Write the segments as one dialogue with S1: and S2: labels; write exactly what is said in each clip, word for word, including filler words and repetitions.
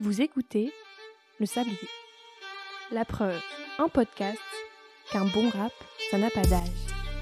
S1: Vous écoutez Le Sablier. La preuve, un podcast, qu'un bon rap, ça n'a pas d'âge.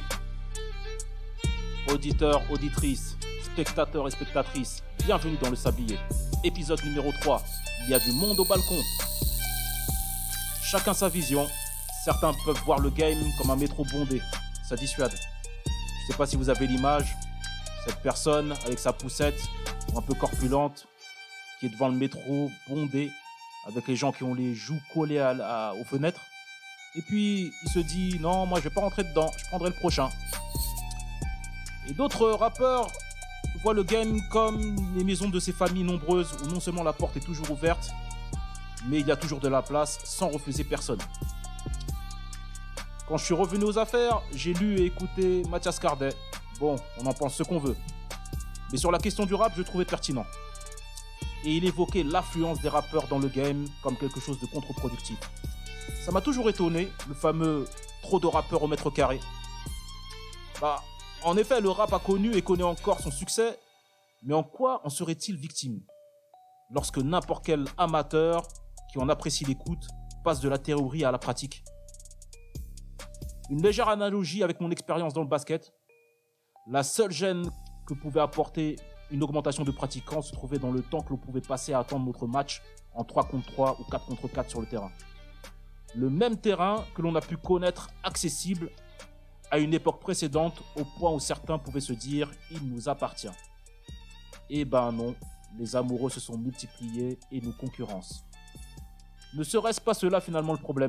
S2: Auditeurs, auditrices, spectateurs et spectatrices, bienvenue dans Le Sablier. Épisode numéro trois, il y a du monde au balcon. Chacun sa vision, certains peuvent voir le game comme un métro bondé, ça dissuade. Je sais pas si vous avez l'image, cette personne avec sa poussette, un peu corpulente, qui est devant le métro bondé, avec les gens qui ont les joues collées à, à, aux fenêtres. Et puis, il se dit, non, moi je vais pas rentrer dedans, je prendrai le prochain. Et d'autres rappeurs voient le game comme les maisons de ces familles nombreuses, où non seulement la porte est toujours ouverte, mais il y a toujours de la place, sans refuser personne. Quand je suis revenu aux affaires, j'ai lu et écouté Mathias Cardet. Bon, on en pense ce qu'on veut. Mais sur la question du rap, je le trouvais pertinent. Et il évoquait l'affluence des rappeurs dans le game comme quelque chose de contre-productif. Ça m'a toujours étonné, le fameux « trop de rappeurs au mètre carré ». Bah, en effet, le rap a connu et connaît encore son succès, mais en quoi en serait-il victime lorsque n'importe quel amateur qui en apprécie l'écoute passe de la théorie à la pratique? Une légère analogie avec mon expérience dans le basket. La seule gêne que pouvait apporter une augmentation de pratiquants se trouvait dans le temps que l'on pouvait passer à attendre notre match en trois contre trois ou quatre contre quatre sur le terrain. Le même terrain que l'on a pu connaître accessible à une époque précédente, au point où certains pouvaient se dire « il nous appartient ». Eh ben non, les amoureux se sont multipliés et nous concurrencent. Ne serait-ce pas cela finalement le problème ?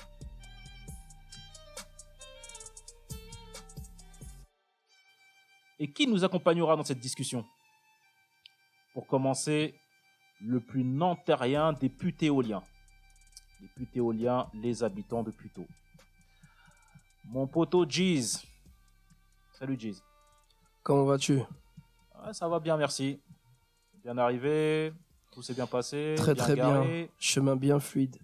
S2: Et qui nous accompagnera dans cette discussion ? Pour commencer, le plus nantérien des putéoliens. Les putéoliens, les habitants de Puteaux. Mon poteau Jeez. Salut Jeez.
S3: Comment vas-tu ?
S2: Ouais, ça va bien, merci. Bien arrivé, tout s'est bien passé.
S3: Très
S2: bien
S3: très
S2: garé.
S3: bien, chemin bien fluide.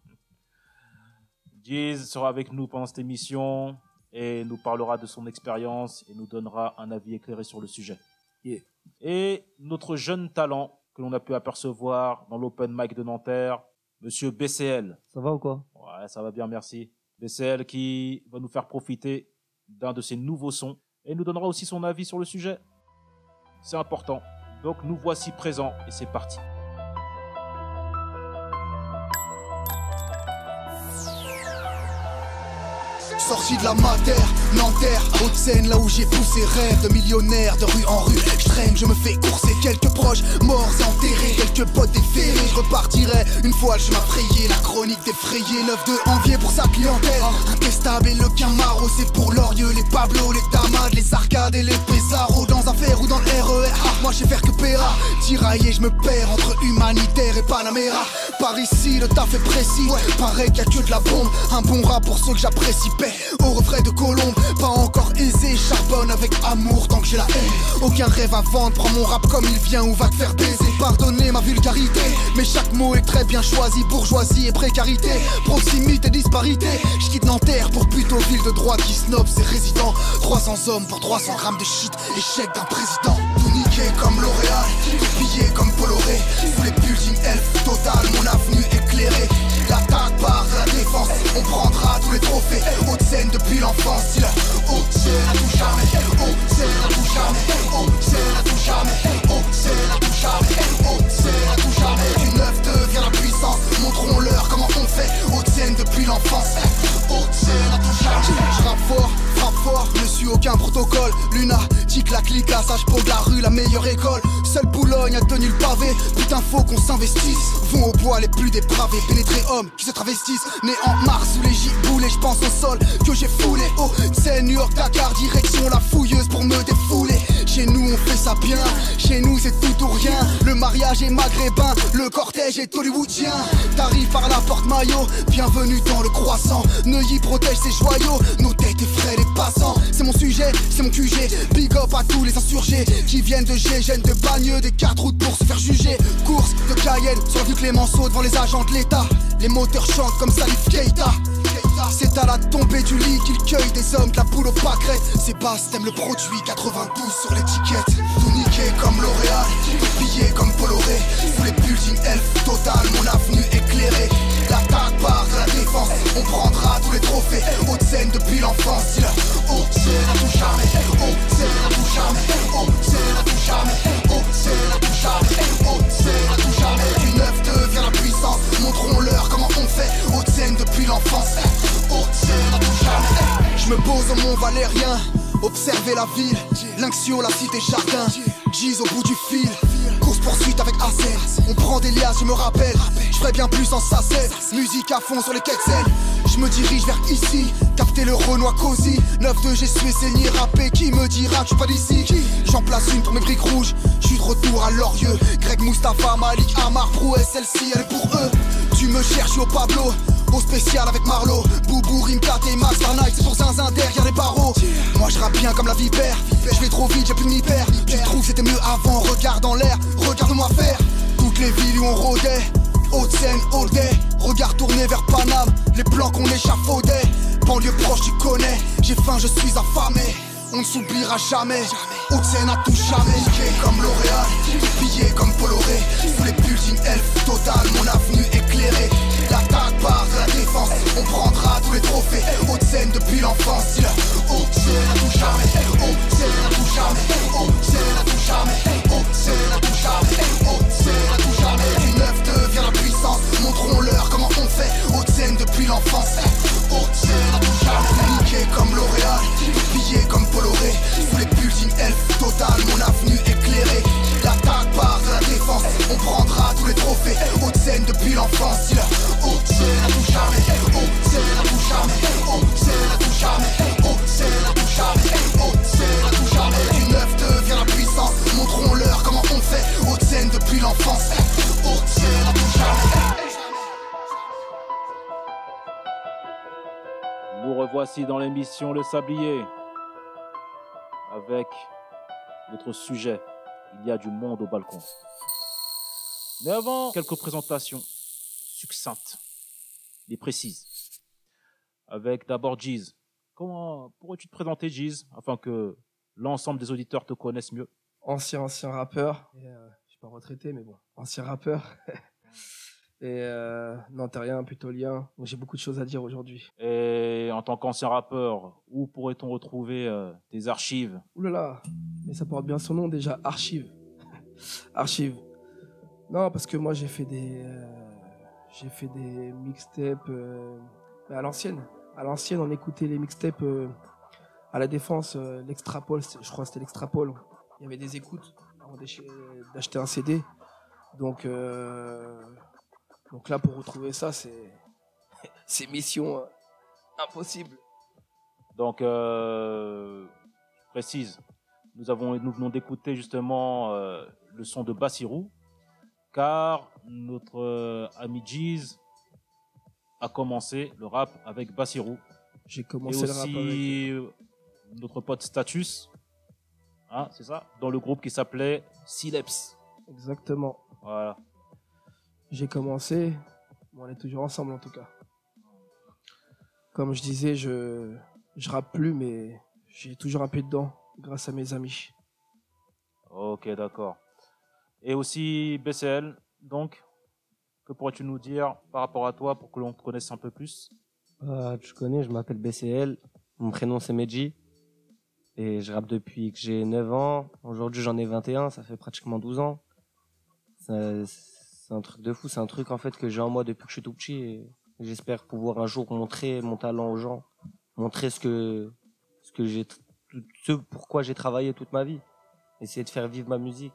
S2: Jeez sera avec nous pendant cette émission et nous parlera de son expérience et nous donnera un avis éclairé sur le sujet.
S3: Yeah.
S2: Et notre jeune talent que l'on a pu apercevoir dans l'Open Mic de Nanterre, Monsieur B C L.
S4: Ça va ou quoi ?
S2: Ouais, ça va bien, merci. B C L qui va nous faire profiter d'un de ses nouveaux sons et nous donnera aussi son avis sur le sujet. C'est important. Donc nous voici présents et c'est parti.
S5: Sorti de la mater, Nanterre, Haute-Seine, là où j'ai poussé rêve de millionnaire, de rue en rue. Je traîne, je me fais courser, quelques proches morts et enterrés, quelques potes déférés. Je repartirai une fois le chemin frayé, la chronique défrayée, neuf de envier pour sa clientèle. Intestable et le Camaro, c'est pour l'Orieux, les Pablo, les Damades, les Arcades et les Pesaro. Dans un fer ou dans le R E R, ah, moi je sais faire que Péra. Tiraillé, je me perds entre humanitaire et Panamera. Par ici, le taf est précis, ouais, pareil qu'il y a que de la bombe. Un bon rap pour ceux que j'apprécie, paix au refrain de colombe, pas encore aisé, charbonne avec amour tant que j'ai la haine. Aucun rêve à vendre, prends mon rap comme il vient ou va te faire baiser. Pardonnez ma vulgarité, mais chaque mot est très bien choisi. Bourgeoisie et précarité, proximité, disparité. Je quitte Nanterre pour plutôt ville de droite qui snob ses résidents. trois cents hommes pour trois cents grammes de shit, échec d'un président. Tout niqué comme L'Oréal, tout pillé comme Bolloré. Sous les buildings elf total, mon avenue éclairée. L'attaque part de la défense, on prendra tous les trophées. Haute-Seine depuis l'enfance, si la Haute-Seine à tout jamais. Haute-Seine à tout jamais. Haute-Seine à tout jamais. Haute-Seine à tout jamais. Haute-Seine à tout jamais. Du neuf deux vient la puissance, montrons-leur comment on fait. Haute-Seine depuis l'enfance, Haute-Seine à tout jamais. Je rappe fort, frappe fort, ne suis aucun protocole. Lunatique, la clique, la sage peau de la rue, la meilleure école. Seule Boulogne a tenu le pavé, putain faut qu'on s'investisse. Vont au bois les plus dépravés, pénétrés hommes qui se travestissent. Né en mars sous les giboulés, je pense au sol que j'ai foulé. Oh, c'est New York, Dakar, direction la fouilleuse pour me défouler. Chez nous on fait ça bien, chez nous c'est tout ou rien. Le mariage est maghrébin, le cortège est hollywoodien. T'arrives par la porte maillot, bienvenue dans le croissant. Neuilly protège ses joyaux, nos têtes effraient les passants. C'est mon sujet, c'est mon Q G, big up à tous les insurgés qui viennent de Gégène, de Bagneux, des quatre routes pour se faire juger. Course de Cayenne, sur du Clémenceau devant les agents de l'État. Les moteurs chantent comme Salif Keita. C'est à la tombée du lit qu'il cueille des hommes de la boule au pâquerette. Sébastien t'aime le produit quatre-vingt-douze sur l'étiquette. Tout niqué comme L'Oréal, tout pillé comme Bolloré. Sous les buildings Elf Total, mon avenue éclairée. L'attaque part de la défense, on prendra tous les trophées. Haute scène depuis l'enfance, si la haute scène à tout jamais. Haute scène à tout jamais. Haute scène à tout jamais. Haute scène à tout jamais. Haute scène à tout jamais. Du neuf devient la puissance, montrons-leur comment on fait. Haute scène depuis l'enfance. Haute scène à tout jamais. Je me pose au Mont Valérien, observer la ville. Lynxio, la cité jardin. Gise au bout du fil. Course poursuite avec Assen. On prend des liasses, je me rappelle. Je ferais bien plus en sacette. Musique à fond sur les quetzels. Je me dirige vers ici. Capter le Renoir cosy. neuf deux, j'ai sué, saigné, rappé. Qui me dira que je suis pas d'ici? J'en place une pour mes briques rouges. Je suis de retour à Lorieux. Greg, Mustapha, Malik, Amar, Prouesse. Celle-ci, elle est pour eux. Tu me cherches au Pablo. Au spécial avec Marlo. Boubou, Rimka, et Max, Barnaï. C'est pour Zinzin derrière les barreaux. Moi je rappe bien comme la vipère. Je vais trop vite, j'ai plus de m'y perdre. Tu trouves c'était mieux avant, regarde en l'air. Regarde-moi faire. Toutes les villes où on rôdait. Haute-Seine, all day. Regard tourné vers Paname. Les plans qu'on échafaudait. Banlieue proche, tu connais. J'ai faim, je suis affamé. On ne s'oubliera jamais. Haute-Seine à tout jamais. Niqué comme L'Oréal, pillé comme Bolloré. Sous les buildings Elf Total, mon avenue éclairée. L'attaque part de la défense, on prendra tous les trophées. Haute-Seine depuis l'enfance, si la Haute-Seine à tout jamais. Haute-Seine à tout jamais. Haute-Seine à tout jamais. Haute-Seine à tout jamais. Haute-Seine à tout jamais. Du neuf devient la puissance, montrons-leur comment on fait. Haute-Seine depuis l'enfance. Haute-Seine à tout jamais. Niqué comme L'Oréal, pillé comme Bolloré. Sous les buildings Elf Total, mon avenue éclairée. L'attaque part de la défense, on prendra tous les trophées. Haute-Seine depuis l'enfance, si la Haute-Seine à tout jamais. Haute-Seine à tout jamais. Haute-Seine à tout jamais. Haute-Seine à tout jamais. Haute-Seine à tout jamais. Du neuf devient la puissance, montrons-leur comment on fait. Haute-Seine depuis l'enfance. Haute-Seine à tout jamais.
S2: Nous revoici dans l'émission Le Sablier avec notre sujet. Il y a du monde au balcon. Mais avant, quelques présentations succinctes, mais précises. Avec d'abord Jeez. Comment pourrais-tu te présenter, Jeez, afin que l'ensemble des auditeurs te connaissent mieux?
S3: Ancien, ancien rappeur. Et, euh, je suis pas retraité, mais bon, ancien rappeur. Et euh, Nanterrien, plutôt lien. Donc, j'ai beaucoup de choses à dire aujourd'hui.
S2: Et en tant qu'ancien rappeur, où pourrait-on retrouver euh, tes archives?
S3: Ouh là là, mais ça porte bien son nom déjà, Archive. Archive. Non, parce que moi j'ai fait des, euh, j'ai fait des mixtapes euh, à l'ancienne. À l'ancienne, on écoutait les mixtapes euh, à la Défense, euh, l'Extrapole, je crois que c'était l'Extrapole. Il y avait des écoutes avant d'acheter un C D. Donc, euh, donc là, pour retrouver ça, c'est, c'est mission euh, impossible.
S2: Donc, euh, je précise, nous, avons, nous venons d'écouter justement euh, le son de Bassirou, car notre euh, ami Jeez a commencé le rap avec Bassirou.
S3: J'ai commencé
S2: et
S3: le rap avec...
S2: aussi euh, notre pote Status, hein, c'est ça, dans le groupe qui s'appelait Sileps.
S3: Exactement.
S2: Voilà.
S3: J'ai commencé, bon, on est toujours ensemble en tout cas. Comme je disais, je je rappe plus, mais j'ai toujours un pied dedans grâce à mes amis.
S2: Ok, d'accord. Et aussi B C L, donc, que pourrais-tu nous dire par rapport à toi pour que l'on te connaisse un peu plus?
S4: Euh, tu connais, je m'appelle B C L, mon prénom c'est Medji et je rappe depuis que j'ai neuf ans. Aujourd'hui j'en ai vingt et un, ça fait pratiquement douze ans. C'est, c'est un truc de fou, c'est un truc en fait que j'ai en moi depuis que je suis tout petit et j'espère pouvoir un jour montrer mon talent aux gens, montrer ce que, ce que j'ai, ce pourquoi j'ai travaillé toute ma vie, essayer de faire vivre ma musique.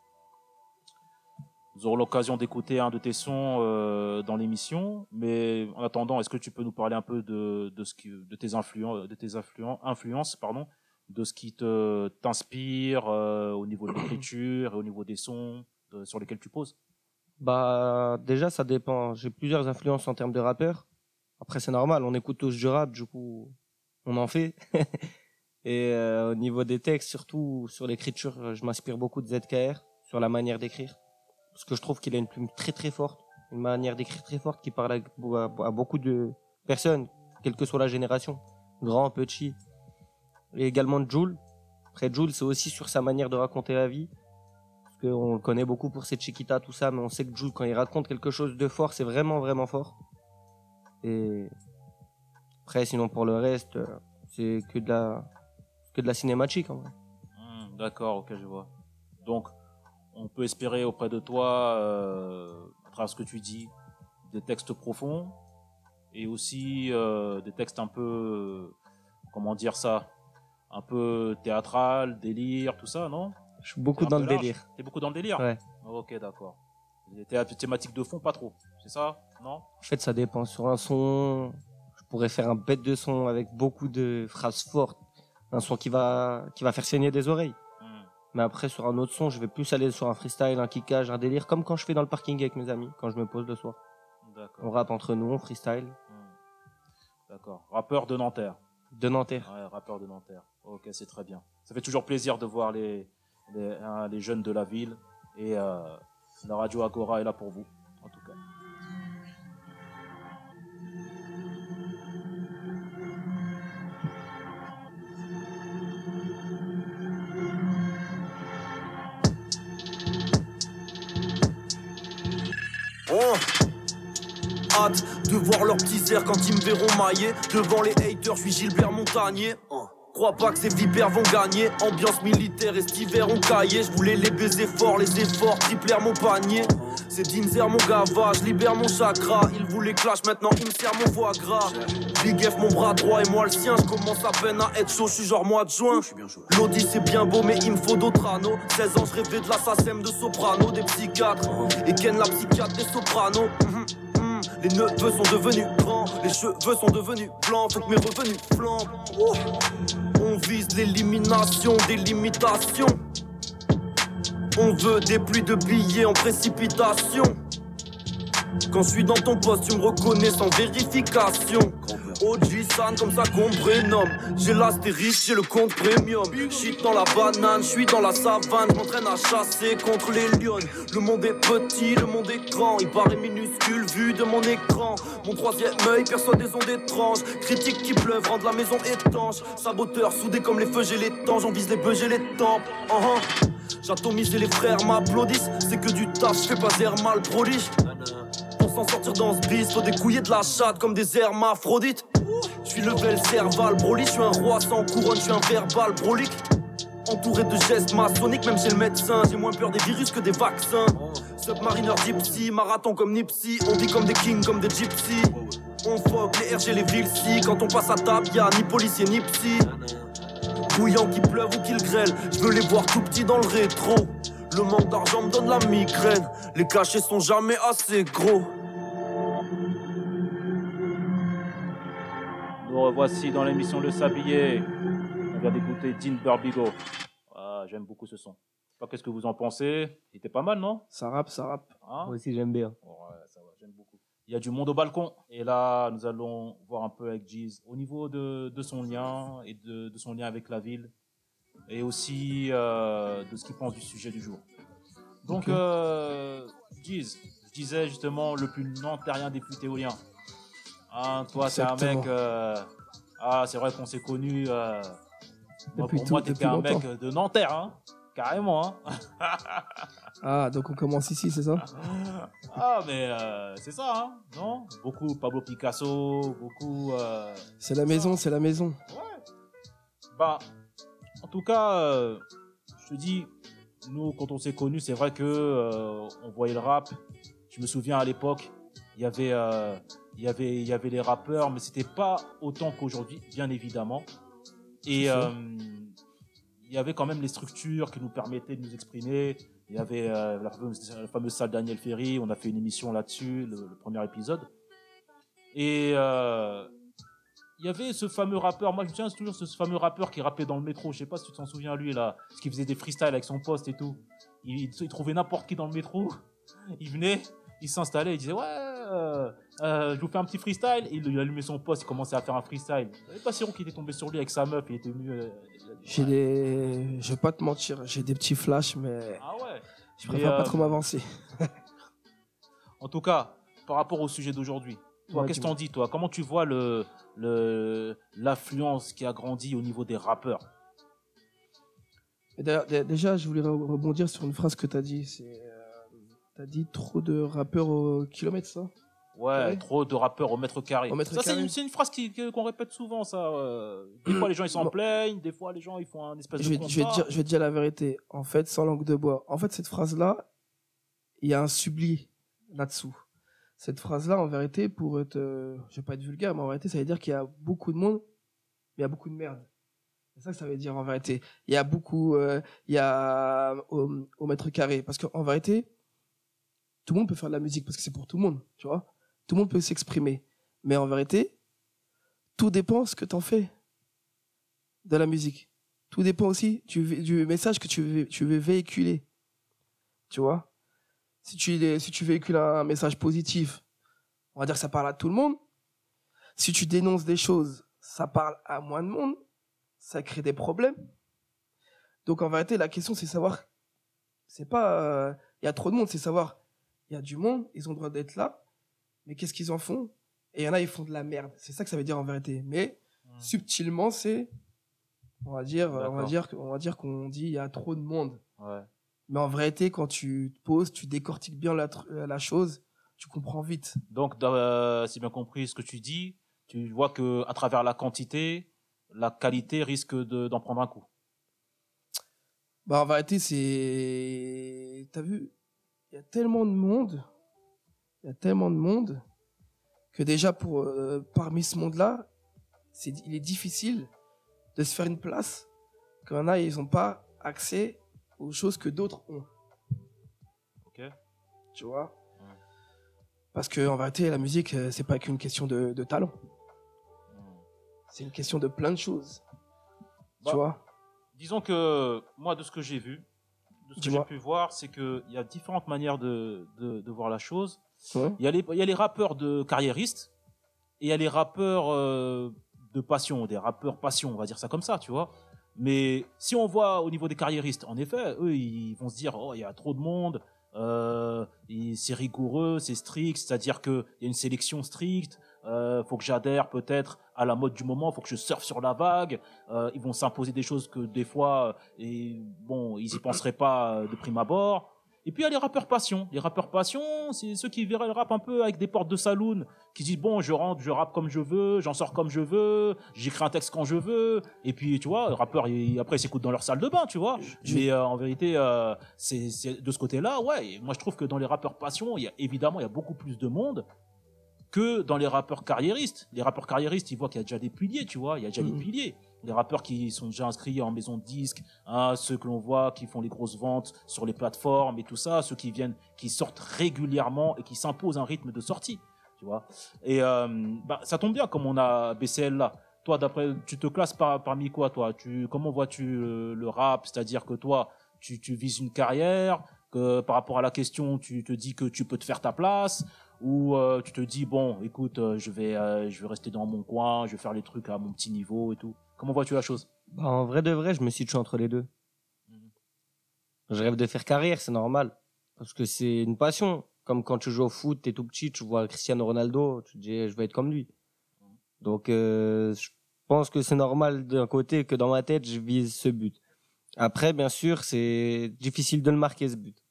S2: Nous aurons l'occasion d'écouter un de tes sons euh, dans l'émission, mais en attendant, est-ce que tu peux nous parler un peu de, de, ce qui, de tes, influen, de tes influen, influences, pardon, de ce qui te, t'inspire euh, au niveau de l'écriture et au niveau des sons de, sur lesquels tu poses?
S4: Bah, déjà, ça dépend. J'ai plusieurs influences en termes de rappeurs. Après, c'est normal, on écoute tous du rap, du coup, on en fait. Et euh, au niveau des textes, surtout sur l'écriture, je m'inspire beaucoup de Z K R, sur la manière d'écrire. Parce que je trouve qu'il a une plume très très forte, une manière d'écrire très forte qui parle à, à, à beaucoup de personnes, quelle que soit la génération, grand, petit. Et également Jul. Après, Jul, c'est aussi sur sa manière de raconter la vie. Parce qu'on le connaît beaucoup pour ses Chiquita, tout ça, mais on sait que Jul, quand il raconte quelque chose de fort, c'est vraiment, vraiment fort. Et après, sinon, pour le reste, c'est que de la, que de la cinématique, en vrai.
S2: Mmh, d'accord, ok, je vois. Donc, on peut espérer auprès de toi, euh, à travers ce que tu dis, des textes profonds et aussi euh, des textes un peu, euh, comment dire ça, un peu théâtral, délire, tout ça, non?
S4: Je suis beaucoup dans le
S2: large.
S4: délire.
S2: T'es beaucoup dans le délire?
S4: Ouais.
S2: Ok, d'accord. Les thé- thématiques de fond, pas trop, c'est ça? Non?
S4: En fait, ça dépend. Sur un son, je pourrais faire un bête de son avec beaucoup de phrases fortes. Un son qui va, qui va faire saigner des oreilles.
S2: Hmm.
S4: Mais après, sur un autre son, je vais plus aller sur un freestyle, un kickage, un délire, comme quand je fais dans le parking avec mes amis, quand je me pose le soir.
S2: D'accord.
S4: On rappe entre nous, on freestyle.
S2: Hmm. D'accord. Rappeur de Nanterre.
S4: De Nanterre.
S2: Ouais, rappeur de Nanterre. Ok, c'est très bien. Ça fait toujours plaisir de voir les, les, hein, les jeunes de la ville. Et euh, la radio Agora est là pour vous, en tout cas.
S6: Oh. Hâte de voir leurs petits airs quand ils me verront mailler. Devant les haters, je suis Gilbert Montagnier. Oh. Crois pas que ces vipères vont gagner. Ambiance militaire et cet hiver on caillé. Je voulais les baiser fort, les efforts triplèrent mon panier. C'est Dinzer mon gava, je libère mon chakra. Il voulait clash, maintenant il me sert mon foie gras. Big F mon bras droit et moi le sien. Je commence à peine à être chaud, je suis genre mois de juin. L'audi c'est bien beau mais il me faut d'autres anneaux. seize ans je rêvais de l'assassin de soprano, des psychiatres. Et Ken la psychiatre des sopranos. Mmh, mmh. Les neveux sont devenus grands, les cheveux sont devenus blancs. Faut que mes revenus flambent. Oh. On vise l'élimination des limitations. On veut des pluies de billets en précipitation. Quand je suis dans ton poste, tu me reconnais sans vérification. O G San, comme ça qu'on me prénomme. J'ai l'astérisque, j'ai le compte premium. J'suis dans la banane, j'suis dans la savane. J'm'entraîne à chasser contre les lions. Le monde est petit, le monde est grand. Il paraît minuscule vu de mon écran. Mon troisième œil perçoit des ondes étranges. Critiques qui pleuvent rendent la maison étanche. Saboteurs soudés comme les feux, j'ai les temps. J'en vise les bœufs, j'ai les tempes. Uh-huh. J'atomise et les frères m'applaudissent. C'est que du taf, j'fais pas d'air mal prodige. Pour s'en sortir dans ce bis, faut découiller de la chatte comme des hermaphrodites. J'suis level cerval, broly, j'suis un roi sans couronne, j'suis un verbal brolique. Entouré de gestes maçonniques, même chez le médecin, j'ai moins peur des virus que des vaccins. Submariner gypsy, marathon comme Nipsey, on vit comme des kings, comme des gypsies. On fuck les R G, les villes si, quand on passe à table, y'a ni policier ni psy. Bouillant qu'il pleuve ou qu'il grêle, je veux les voir tout petits dans le rétro. Le manque d'argent me donne la migraine, les cachets sont jamais assez gros.
S2: Nous revoici dans l'émission Le Sablier. On vient d'écouter Dean Burbigo. Ah, j'aime beaucoup ce son. Je sais pas qu'est-ce que vous en pensez. Il était pas mal, non?
S3: Ça rappe, ça rappe.
S2: Hein?
S4: Moi aussi, j'aime bien.
S2: Ouais, ça va, j'aime beaucoup. Il y a du monde au balcon. Et là, nous allons voir un peu avec Jeez au niveau de, de son lien et de, de son lien avec la ville. Et aussi euh, de ce qu'il pense du sujet du jour. Donc,
S3: Okay.
S2: euh, Jeez, je disais justement le plus nantérien des putéoliens. Hein, toi, c'est un
S3: Exactement.
S2: mec. Euh, ah, c'est vrai qu'on s'est connus. Euh, moi,
S3: Depuis
S2: pour
S3: tout-
S2: moi, t'étais
S3: depuis
S2: un
S3: longtemps.
S2: mec de Nanterre, hein, carrément. Hein.
S3: Ah, donc on commence ici, c'est ça?
S2: Ah, mais euh, c'est ça, hein, non? Beaucoup Pablo Picasso, beaucoup. Euh...
S3: C'est la maison, c'est la maison.
S2: Ouais. Bah, en tout cas, euh, je te dis, nous, quand on s'est connus, c'est vrai que euh, on voyait le rap. Je me souviens à l'époque, il y avait, euh, il y avait, il y avait les rappeurs, mais c'était pas autant qu'aujourd'hui, bien évidemment. Et
S3: C'est sûr.
S2: euh, il y avait quand même les structures qui nous permettaient de nous exprimer. Il y avait euh, la, fameuse, la fameuse salle Daniel Ferry, on a fait une émission là-dessus, le, le premier épisode. Et euh, il y avait ce fameux rappeur, moi je me souviens toujours de ce fameux rappeur qui rappait dans le métro, je sais pas si tu t'en souviens lui là, parce qu'il faisait des freestyles avec son poste et tout. Il, il, il trouvait n'importe qui dans le métro, il venait, il s'installait, il disait ouais, euh, euh, je vous fais un petit freestyle. Et il, il allumait son poste, il commençait à faire un freestyle. Il n'y avait pas Siron qui était tombé sur lui avec sa meuf, il était venu. Euh, il a dit,
S3: J'ai
S2: ouais.
S3: des... Je vais pas te mentir, j'ai des petits flashs, mais
S2: Ah ouais.
S3: je préfère
S2: Mais,
S3: pas
S2: euh,
S3: trop m'avancer.
S2: En tout cas, par rapport au sujet d'aujourd'hui, Toi,
S3: Ouais,
S2: qu'est-ce que
S3: dis-moi.
S2: t'en dis, toi? Comment tu vois le, le, l'affluence qui a grandi au niveau des rappeurs?
S3: Et d'ailleurs, dé- déjà, je voulais re- rebondir sur une phrase que t'as dit. C'est, euh, t'as dit trop de rappeurs au kilomètre, ça?
S2: Ouais,
S3: Carré
S2: trop de rappeurs au mètre carré.
S3: Au mètre
S2: ça, c'est
S3: carré.
S2: une, c'est une phrase qui, que- qu'on répète souvent, ça. euh. Des fois, les gens, ils s'en
S3: Bon.
S2: plaignent. Des fois, les gens, ils font un espèce
S3: Je
S2: de
S3: vais, je, vais te
S2: constat.
S3: dire, je vais te dire la vérité. En fait, sans langue de bois. En fait, cette phrase-là, il y a un subli là-dessous. Cette phrase-là, en vérité, pour être, euh, je vais pas être vulgaire, mais en vérité, ça veut dire qu'il y a beaucoup de monde, mais il y a beaucoup de merde. C'est ça que ça veut dire en vérité. Il y a beaucoup, euh, il y a au, au mètre carré. Parce qu'en vérité, tout le monde peut faire de la musique parce que c'est pour tout le monde, tu vois. Tout le monde peut s'exprimer. Mais en vérité, tout dépend ce que tu en fais de la musique. Tout dépend aussi du, du message que tu veux, tu veux véhiculer. Tu vois. Si tu, si tu véhicules un message positif, on va dire que ça parle à tout le monde. Si tu dénonces des choses, ça parle à moins de monde. Ça crée des problèmes. Donc en vérité, la question, c'est savoir, c'est pas, euh, il y a trop de monde, c'est savoir, il y a du monde, ils ont le droit d'être là, mais qu'est-ce qu'ils en font? Et il y en a, ils font de la merde. C'est ça que ça veut dire en vérité. Mais
S2: Mmh.
S3: subtilement, c'est, on va dire, on va
S2: D'accord.
S3: dire, on va dire qu'on dit, il y a trop de monde.
S2: Ouais.
S3: Mais en vérité, quand tu te poses, tu décortiques bien la, tr- la chose, tu comprends vite.
S2: Donc, euh, si bien compris ce que tu dis, tu vois que à travers la quantité, la qualité risque de, d'en prendre un coup.
S3: Bah, en vérité, c'est, t'as vu, il y a tellement de monde, il y a tellement de monde, que déjà pour, euh, parmi ce monde-là, c'est, il est difficile de se faire une place quand il y en a, ils n'ont pas accès aux choses que d'autres ont.
S2: Ok.
S3: Tu vois?
S2: Ouais.
S3: Parce que, en vérité, la musique, euh, c'est pas qu'une question de, de talent.
S2: Mmh.
S3: C'est une question de plein de choses.
S2: Bah,
S3: Tu vois?
S2: Disons que moi, de ce que j'ai vu, de ce que j'ai
S3: Dis-moi.
S2: pu voir, c'est qu'il y a différentes manières de, de, de voir la chose.
S3: Ouais.
S2: Il y a les, il y a les rappeurs de carriéristes et il y a les rappeurs euh, de passion, des rappeurs passion, on va dire ça comme ça, tu vois. Mais si on voit au niveau des carriéristes, en effet, eux, ils vont se dire, oh, il y a trop de monde, euh, et c'est rigoureux, c'est strict, c'est-à-dire qu'il y a une sélection stricte, euh, faut que j'adhère peut-être à la mode du moment, faut que je surfe sur la vague, euh, ils vont s'imposer des choses que des fois, et bon, ils y penseraient pas de prime abord. Et puis il y a les rappeurs passion. Les rappeurs passion, c'est ceux qui verraient le rap un peu avec des portes de saloon, qui disent bon, je rentre, je rappe comme je veux, j'en sors comme je veux, j'écris un texte quand je veux. Et puis tu vois, les rappeurs, ils, après ils s'écoutent dans leur salle de bain, tu vois.
S3: Je-
S2: Mais euh, en vérité, euh, c'est, c'est de ce côté-là, ouais. Et moi je trouve que dans les rappeurs passion, il y a évidemment il y a beaucoup plus de monde que dans les rappeurs carriéristes. Les rappeurs carriéristes, ils voient qu'il y a déjà des piliers, tu vois, il y a déjà
S3: Mhm.
S2: des piliers. Les rappeurs qui sont déjà inscrits en maison de disques, hein, ceux que l'on voit qui font les grosses ventes sur les plateformes et tout ça, ceux qui viennent, qui sortent régulièrement et qui s'imposent un rythme de sortie, tu vois. Et euh, bah, ça tombe bien comme on a B C L là. Toi, d'après, tu te classes par, parmi quoi, toi? Tu, comment vois-tu le, le rap? C'est-à-dire que toi, tu, tu vises une carrière, que par rapport à la question, tu te dis que tu peux te faire ta place, ou euh, tu te dis bon, écoute, euh, je vais, euh, je vais rester dans mon coin, je vais faire les trucs à mon petit niveau et tout. Comment vois-tu la chose?
S4: Bah, en vrai de vrai, je me situe entre les deux.
S2: Mhm.
S4: Je rêve de faire carrière, c'est normal. Parce que c'est une passion. Comme quand tu joues au foot, t'es tout petit, tu vois Cristiano Ronaldo, tu te dis, je vais être comme lui. Donc, euh, je pense que c'est normal d'un côté que dans ma tête, je vise ce but. Après, bien sûr, c'est difficile de le marquer, ce but.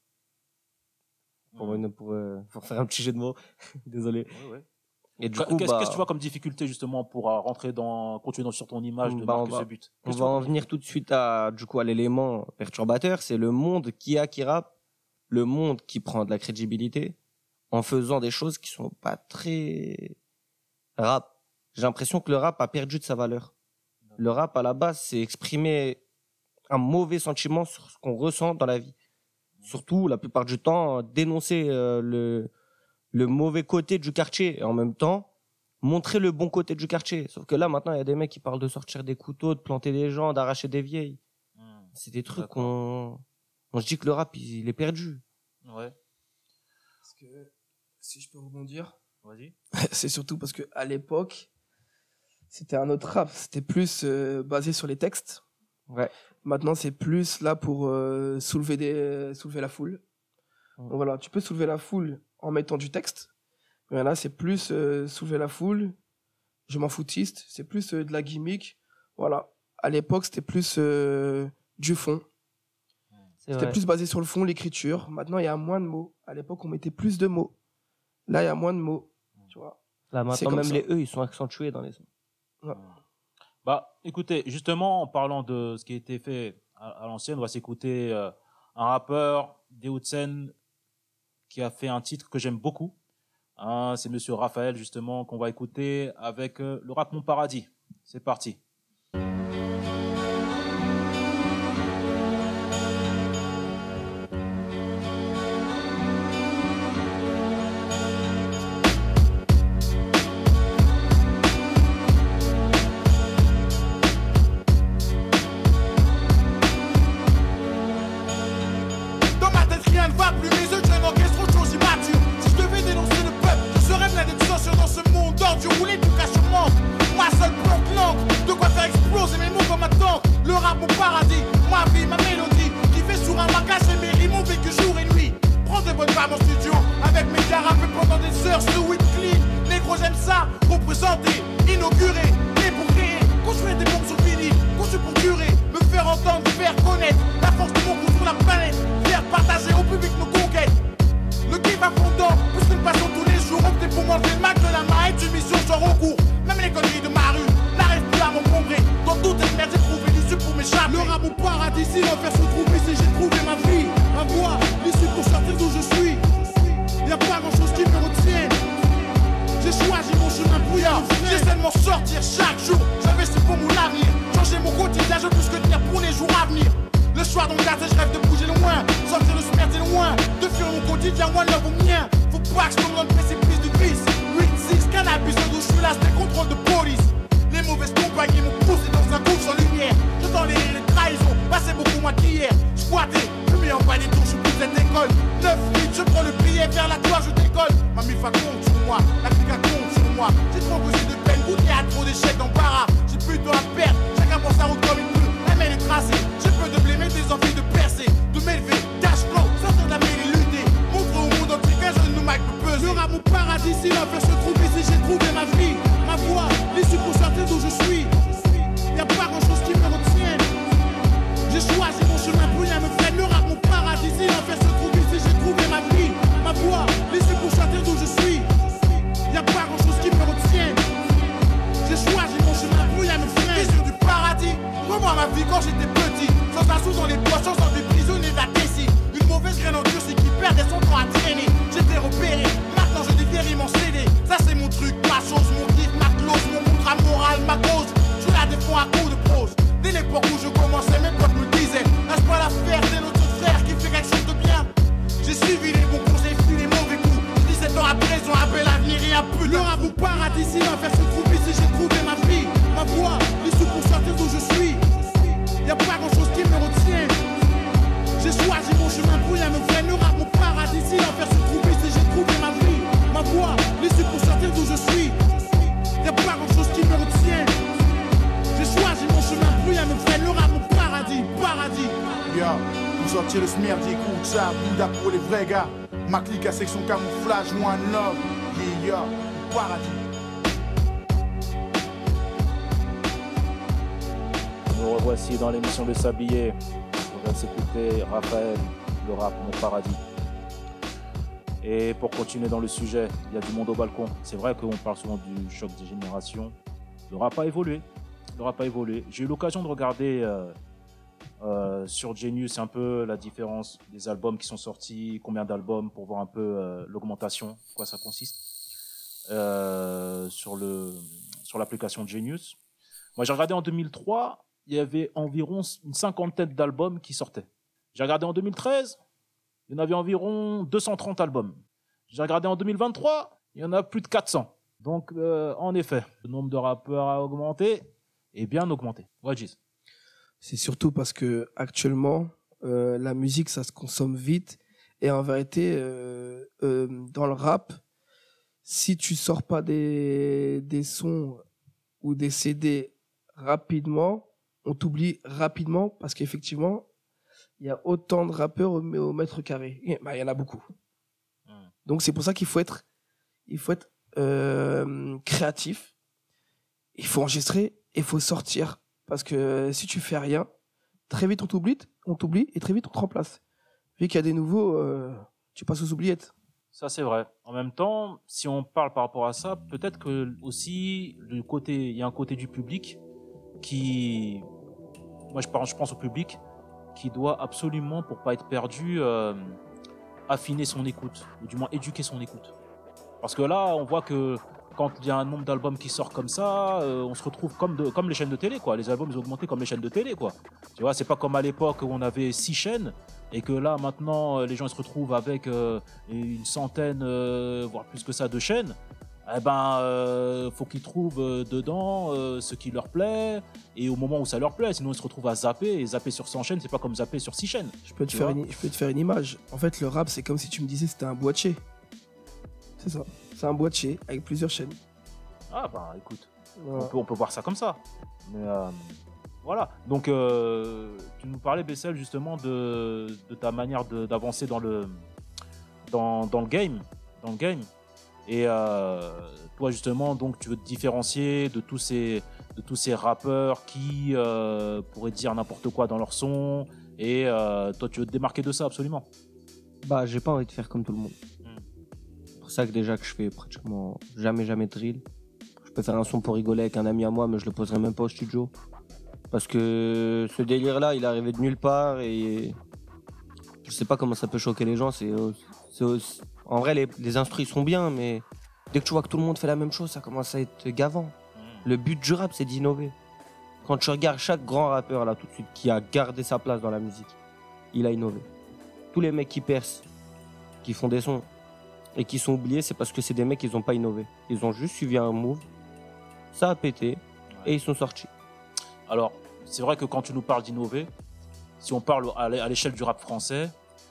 S4: Pour, une- pour, euh, pour faire un petit jeu de mots. Désolé.
S2: Ouais, ouais.
S4: Et du
S2: Qu'est-ce
S4: coup,
S2: qu'est-ce
S4: bah,
S2: que tu vois comme difficulté justement pour euh, rentrer dans, continuer dans, sur ton image de
S4: Bah, on
S2: marquer
S4: va-
S2: ce but?
S4: on
S2: Qu'est-ce
S4: va
S2: que tu vois
S4: en
S2: comme
S4: venir tout de suite à, du coup, à l'élément perturbateur. C'est le monde qui a qui rappe, le monde qui prend de la crédibilité en faisant des choses qui sont pas très rap. J'ai l'impression que le rap a perdu de sa valeur. Le rap, à la base, c'est exprimer un mauvais sentiment sur ce qu'on ressent dans la vie. Surtout, la plupart du temps, dénoncer euh, le, le mauvais côté du quartier et en même temps, montrer le bon côté du quartier. Sauf que là, maintenant, il y a des mecs qui parlent de sortir des couteaux, de planter des gens, d'arracher des vieilles.
S2: Hmm.
S4: C'est des trucs
S2: D'accord.
S4: qu'on... On se dit que le rap, il, il est perdu.
S2: Ouais,
S3: Parce que, si je peux rebondir,
S2: vas-y.
S3: c'est surtout parce que à l'époque, c'était un autre rap. C'était plus euh, basé sur les textes.
S4: Ouais.
S3: Maintenant, c'est plus là pour euh, soulever, des, soulever la foule.
S4: Ouais.
S3: Donc voilà, tu peux soulever la foule en mettant du texte, Il y en a, c'est plus euh, soulever la foule, je m'en foutiste, c'est plus euh, de la gimmick. Voilà. À l'époque, c'était plus euh, du fond.
S4: C'est
S3: C'était
S4: vrai.
S3: plus basé sur le fond, l'écriture. Maintenant, il y a moins de mots. À l'époque, on mettait plus de mots. Là, il y a moins de mots. Tu vois.
S4: Là,
S3: c'est
S4: maintenant,
S3: comme
S4: même
S3: ça.
S4: les E, ils sont accentués dans les sons.
S2: Bah, écoutez, justement, en parlant de ce qui a été fait à, à l'ancienne, on va s'écouter euh, un rappeur des Hauts-de-Seine qui a fait un titre que j'aime beaucoup. Hein, c'est Monsieur Raphaël, justement, qu'on va écouter avec euh, le rap Mon Paradis. C'est parti.
S7: Dans ma tête rien ne va plus, mes yeux traînent en caisse, trop de choses immatures. Si je devais dénoncer le peuple, je serais blindé de censure dans ce monde d'ordure. Rouler tout cas sur manque, ma seule planque l'encre. De quoi faire exploser mes mots comme un tank. Le rap mon paradis, ma vie, ma mélodie. Qui fait sur un macache et mes rimes ont vécu jour et nuit. Prends de bonnes femmes en studio, avec mes carapes pendant des heures, sous clean. Négro j'aime ça, représenter, inaugurer, né pour créer. Construire des bombes sur vinyle, conçu pour durer. Me faire entendre, faire connaître la force de mon goût sur la planète. Faire partager au public nos conquêtes. Le kiff à fondant, plus qu'une passion tous les jours. Opter pour manger le mac de la main est une mission sans recours. Même les conneries de ma rue n'arrivent plus à m'encombrer. Dans toute cette merde j'ai trouvé l'issue pour m'échapper. Le rap au paradis, si l'enfer se trouve ici, j'ai trouvé ma vie, ma voix, l'issue pour sortir d'où je suis. Y'a pas grand chose qui me retienne. J'ai choisi mon chemin brouillard. J'essaie de m'en sortir chaque jour. J'investis pour mon avenir. Changer mon quotidien, je plus que tenir pour les jours à venir. Le soir dans le quartier, je rêve de bouger loin. Sortir de se perdre loin. De fuir mon quotidien, moi love au mien. Faut pas que je tombe dans le précipice du vice. huit six, cannabis, d'où je suis là, c'est des contrôles de police. Les mauvaises compagnies m'ont poussé dans un gouffre sans lumière. J'entends les rires, les trahisons, passer beaucoup moins qu'hier. Squatté, fumé en bas des tours, je suis plus cette école. neuf huit, je prends le billet vers la gloire, je décolle. Ma mifa compte sur moi, la clique compte sur moi. J'ai trop causé de peine, goûté à trop d'échecs d'embarras. J'ai plus de temps à perdre, chacun prend sa route comme il peut. La main est tracée, j'ai peu de blêmer, des envies de percer, de m'élever, cash flow, sortir de la mêlée, lutter. Montrer au monde entier qu'un jeune nous Mike peut peser. Le rap mon paradis, si l'enfer se trouve ici, j'ai trouvé ma vie, ma voix, l'issue pour sortir d'où je suis. Y'a pas grand chose qui me retienne. J'ai choisi mon chemin, plus rien me freine. Le rap mon paradis, si l'enfer se trouve ici, j'ai trouvé ma vie, ma voix, l'issue pour sortir d'où je suis. Y'a pas grand chose qui me retienne. J'ai choisi mon chemin, plus rien me freine. Vision du paradis, revois ma vie quand j'étais petit. Sans un sou dans les poches, sans envie prisonnier de la Tessie. Une mauvaise graine en dur, c'est qui perdait son temps à traîner. J'étais repéré, maintenant je déguéris mon C D. Ça c'est mon truc, ma chose, mon kiff, ma clause, mon contrat moral, ma cause. Je la défends à coups de prose. Dès l'époque où je commençais, mes potes me disaient lâche pas l'affaire, c'est notre frère qui fait quelque chose de bien. J'ai suivi les bons conseils, fui les mauvais coups. dix-sept ans après, ils ont un bel avenir et un peu de rap au paradis, si l'enfer se trouve ici, j'ai trouvé ma vie, ma voix, l'issue pour sortir d'où je suis. Y'a pas grand chose qui me retienne. J'ai choisi mon chemin, pour rien me freine. Le rap mon paradis, si l'enfer se trouve ici, j'ai trouvé ma vie, ma voix, l'issue pour sortir d'où je suis. Y'a pas grand chose qui me retienne. J'ai choisi mon chemin, plus rien me freine. Le rap mon paradis, paradis.
S8: Yeah, pour sortir de ce merdier, écoute ça, Bouddha pour les vrais gars. Ma clique à section camouflage, one love. Yeah, yeah, paradis.
S2: Nous revoici dans l'émission Le Sablier. On va s'écouter Raphaël, le rap Mon Paradis. Et pour continuer dans le sujet, il y a du monde au balcon. C'est vrai qu'on parle souvent du choc des générations. Le rap a évolué. Le rap a évolué. J'ai eu l'occasion de regarder euh, euh, sur Genius un peu la différence des albums qui sont sortis, combien d'albums, pour voir un peu euh, l'augmentation, quoi ça consiste, euh, sur, le, sur l'application Genius. Moi, j'ai regardé en deux mille trois, il y avait environ une cinquantaine d'albums qui sortaient. J'ai regardé en deux mille treize, il y en avait environ deux cent trente albums. J'ai regardé en deux mille vingt-trois, il y en a plus de quatre cents. Donc, euh, en effet, le nombre de rappeurs a augmenté et bien augmenté. Ouais, Giz.
S3: C'est surtout parce que actuellement, euh, la musique, ça se consomme vite. Et en vérité, euh, euh, dans le rap, si tu sors pas des, des sons ou des C D rapidement, on t'oublie rapidement parce qu'effectivement, il y a autant de rappeurs au, au mètre carré. Bah, il y en a beaucoup. Mmh. Donc, c'est pour ça qu'il faut être, il faut être euh, créatif, il faut enregistrer, il faut sortir. Parce que si tu fais rien, très vite on t'oublie, on t'oublie et très vite on te remplace. Vu qu'il y a des nouveaux, euh, tu passes aux oubliettes.
S2: Ça, c'est vrai. En même temps, si on parle par rapport à ça, peut-être que aussi, le côté, il y a un côté du public qui, moi je pense, je pense au public, qui doit absolument, pour pas être perdu, euh, affiner son écoute, ou du moins éduquer son écoute. Parce que là, on voit que quand il y a un nombre d'albums qui sort comme ça, euh, on se retrouve comme, de, comme les chaînes de télé, quoi. Les albums, ils ont augmenté comme les chaînes de télé, quoi. Tu vois, c'est pas comme à l'époque où on avait six chaînes, et que là, maintenant, les gens ils se retrouvent avec euh, une centaine, euh, voire plus que ça, de chaînes. Eh ben, euh, faut qu'ils trouvent euh, dedans euh, ce qui leur plaît, et au moment où ça leur plaît, sinon ils se retrouvent à zapper, et zapper sur cent chaînes, c'est pas comme zapper sur six chaînes.
S3: Je peux te,
S2: Tu
S3: faire
S2: vois
S3: une, je peux te faire une image. En fait, le rap, c'est comme si tu me disais c'était un boîtier. C'est ça. C'est un boîtier avec plusieurs chaînes.
S2: Ah bah écoute,
S3: Voilà.
S2: on, peut, on peut voir ça comme ça. Mais euh, voilà. Donc euh, tu nous parlais, Bessel, justement de, de ta manière de- d'avancer dans le, dans, dans le game. Dans le game. Et euh, toi, justement, donc tu veux te différencier de tous ces, de tous ces rappeurs qui euh, pourraient dire n'importe quoi dans leur son. Et euh, toi, tu veux te démarquer de ça, absolument.
S4: Bah, j'ai pas envie de faire comme tout le monde.
S2: Mm.
S4: C'est pour ça que déjà que je fais pratiquement jamais, jamais de drill. Je peux faire un son pour rigoler avec un ami à moi, mais je le poserai même pas au studio. Parce que ce délire-là, il est arrivé de nulle part et je sais pas comment ça peut choquer les gens. C'est, c'est, c'est- En vrai, les, les instrus sont bien, mais dès que tu vois que tout le monde fait la même chose, ça commence à être gavant. Le but du rap, c'est d'innover. Quand tu regardes chaque grand rappeur là tout de suite qui a gardé sa place dans la musique, il a innové. Tous les mecs qui percent, qui font des sons et qui sont oubliés, c'est parce que c'est des mecs qui n'ont pas innové. Ils ont juste suivi un move, ça a pété et ils sont sortis.
S2: Alors, c'est vrai que quand tu nous parles d'innover, si on parle à l'é- à l'échelle du rap français,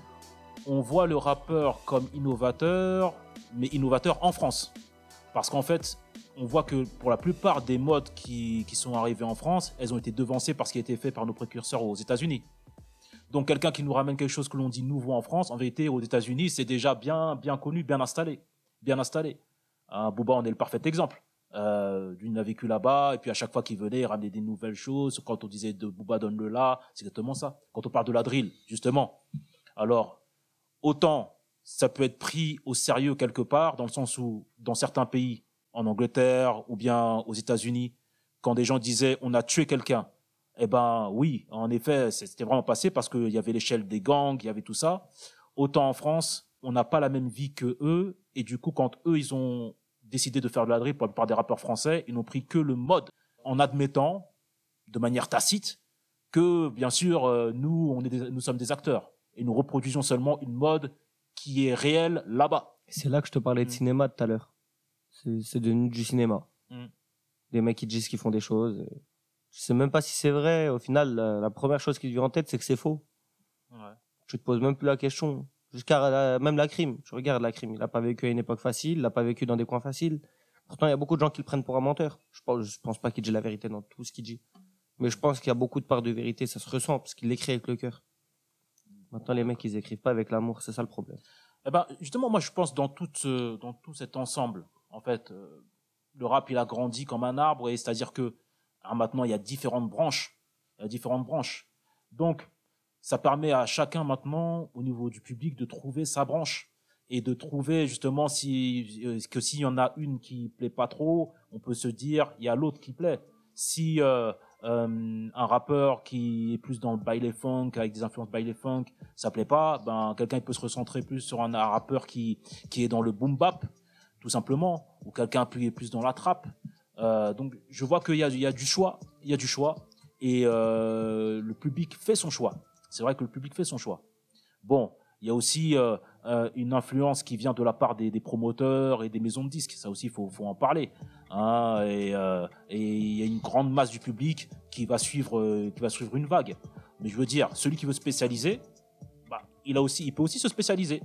S2: on voit le rappeur comme innovateur, mais innovateur en France. Parce qu'en fait, on voit que pour la plupart des modes qui, qui sont arrivés en France, elles ont été devancées par ce qui a été fait par nos précurseurs aux États-Unis. Donc quelqu'un qui nous ramène quelque chose que l'on dit nouveau en France, en vérité, aux États-Unis, c'est déjà bien, bien connu, bien installé. Bien installé. Hein, Booba en est le parfait exemple. Euh, lui, il a vécu là-bas, et puis à chaque fois qu'il venait, il ramenait des nouvelles choses. Quand on disait de Booba donne-le là, c'est exactement ça. Quand on parle de la drill, justement. Alors, autant ça peut être pris au sérieux quelque part, dans le sens où, dans certains pays, en Angleterre ou bien aux États-Unis, quand des gens disaient on a tué quelqu'un, eh ben oui, en effet, c'était vraiment passé parce qu'il y avait l'échelle des gangs, il y avait tout ça. Autant en France, on n'a pas la même vie que eux, et du coup, quand eux, ils ont décidé de faire de la drill, pour la plupart des rappeurs français, ils n'ont pris que le mode, en admettant, de manière tacite, que, bien sûr, euh, nous, on est des- nous sommes des acteurs, et nous reproduisons seulement une mode qui est réelle là-bas.
S4: Et c'est là que je te parlais de
S2: Mm.
S4: cinéma tout à l'heure. C'est, c'est devenu du cinéma.
S2: Mm.
S4: Des mecs qui disent qu'ils font des choses. et Je sais même pas si c'est vrai. Au final, la, la première chose qui te vient en tête, c'est que c'est faux.
S2: Ouais.
S4: Tu te poses même plus la question. Jusqu'à la- même la crime. Tu regardes la crime. Il a pas vécu à une époque facile. Il a pas vécu dans des coins faciles. Pourtant, il y a beaucoup de gens qui le prennent pour un menteur. Je pense, je pense pas qu'il dit la vérité dans tout ce qu'il dit. Mais je pense qu'il y a beaucoup de parts de vérité. Ça se ressent parce qu'il l'écrit avec le cœur. Maintenant, les mecs, ils écrivent pas avec l'amour. C'est ça le problème.
S2: Eh ben, justement, moi, je pense dans tout, ce- dans tout cet ensemble, en fait, euh, le rap, il a grandi comme un arbre, et c'est-à-dire que hein, maintenant, il y a différentes branches. Il y a différentes branches. Donc, ça permet à chacun maintenant, au niveau du public, de trouver sa branche et de trouver justement si, euh, que s'il y en a une qui plaît pas trop, on peut se dire il y a l'autre qui plaît. Si euh, euh, un rappeur qui est plus dans le baile funk avec des influences baile funk, ça plaît pas, ben quelqu'un il peut se recentrer plus sur un, un rappeur qui qui est dans le boom bap tout simplement, ou quelqu'un qui est plus dans la trap. Euh, donc je vois qu'il y a il y a du choix, il y a du choix et euh, le public fait son choix. C'est vrai que le public fait son choix. Bon, il y a aussi euh, euh, une influence qui vient de la part des, des promoteurs et des maisons de disques. Ça aussi, il faut, faut en parler. Hein, et euh, et il y a une grande masse du public qui va suivre, euh, qui va suivre une vague. Mais je veux dire, celui qui veut spécialiser, bah, il, a aussi, il peut aussi se spécialiser.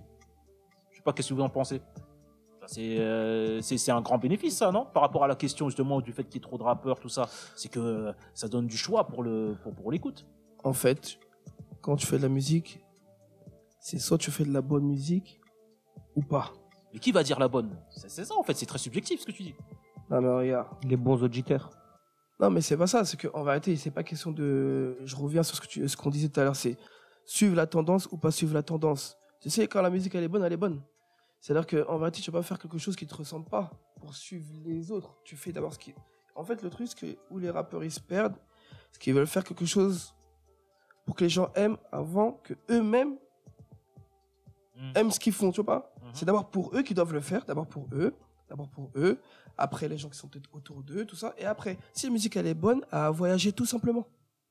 S2: Je sais pas qu'est-ce que vous en pensez. Ça, C'est, euh, c'est, c'est un grand bénéfice, ça, non? Par rapport à la question justement du fait qu'il y ait trop de rappeurs, tout ça. C'est que euh, ça donne du choix pour, le, pour, pour l'écoute.
S3: En fait, quand tu fais de la musique, c'est soit tu fais de la bonne musique ou pas.
S2: Mais qui va dire la bonne? c'est, c'est ça en fait, c'est très subjectif ce que tu dis.
S3: Non, mais regarde.
S4: Les bons auditeurs.
S3: Non, mais c'est pas ça. C'est qu'en vérité, c'est pas question de. Je reviens sur ce, que tu... ce qu'on disait tout à l'heure. C'est suivre la tendance ou pas suivre la tendance. Tu sais, quand la musique elle est bonne, elle est bonne. C'est-à-dire qu'en vérité, tu vas pas faire quelque chose qui te ressemble pas pour suivre les autres. Tu fais d'abord ce qui. En fait, le truc, c'est que où les rappeurs ils se perdent, c'est qu'ils veulent faire quelque chose pour que les gens aiment avant que eux-mêmes mmh. aiment ce qu'ils font, tu vois pas? Mmh. C'est d'abord pour eux qu'ils doivent le faire, d'abord pour eux, d'abord pour eux, après les gens qui sont peut-être autour d'eux, tout ça, et après, si la musique elle est bonne, à voyager tout simplement.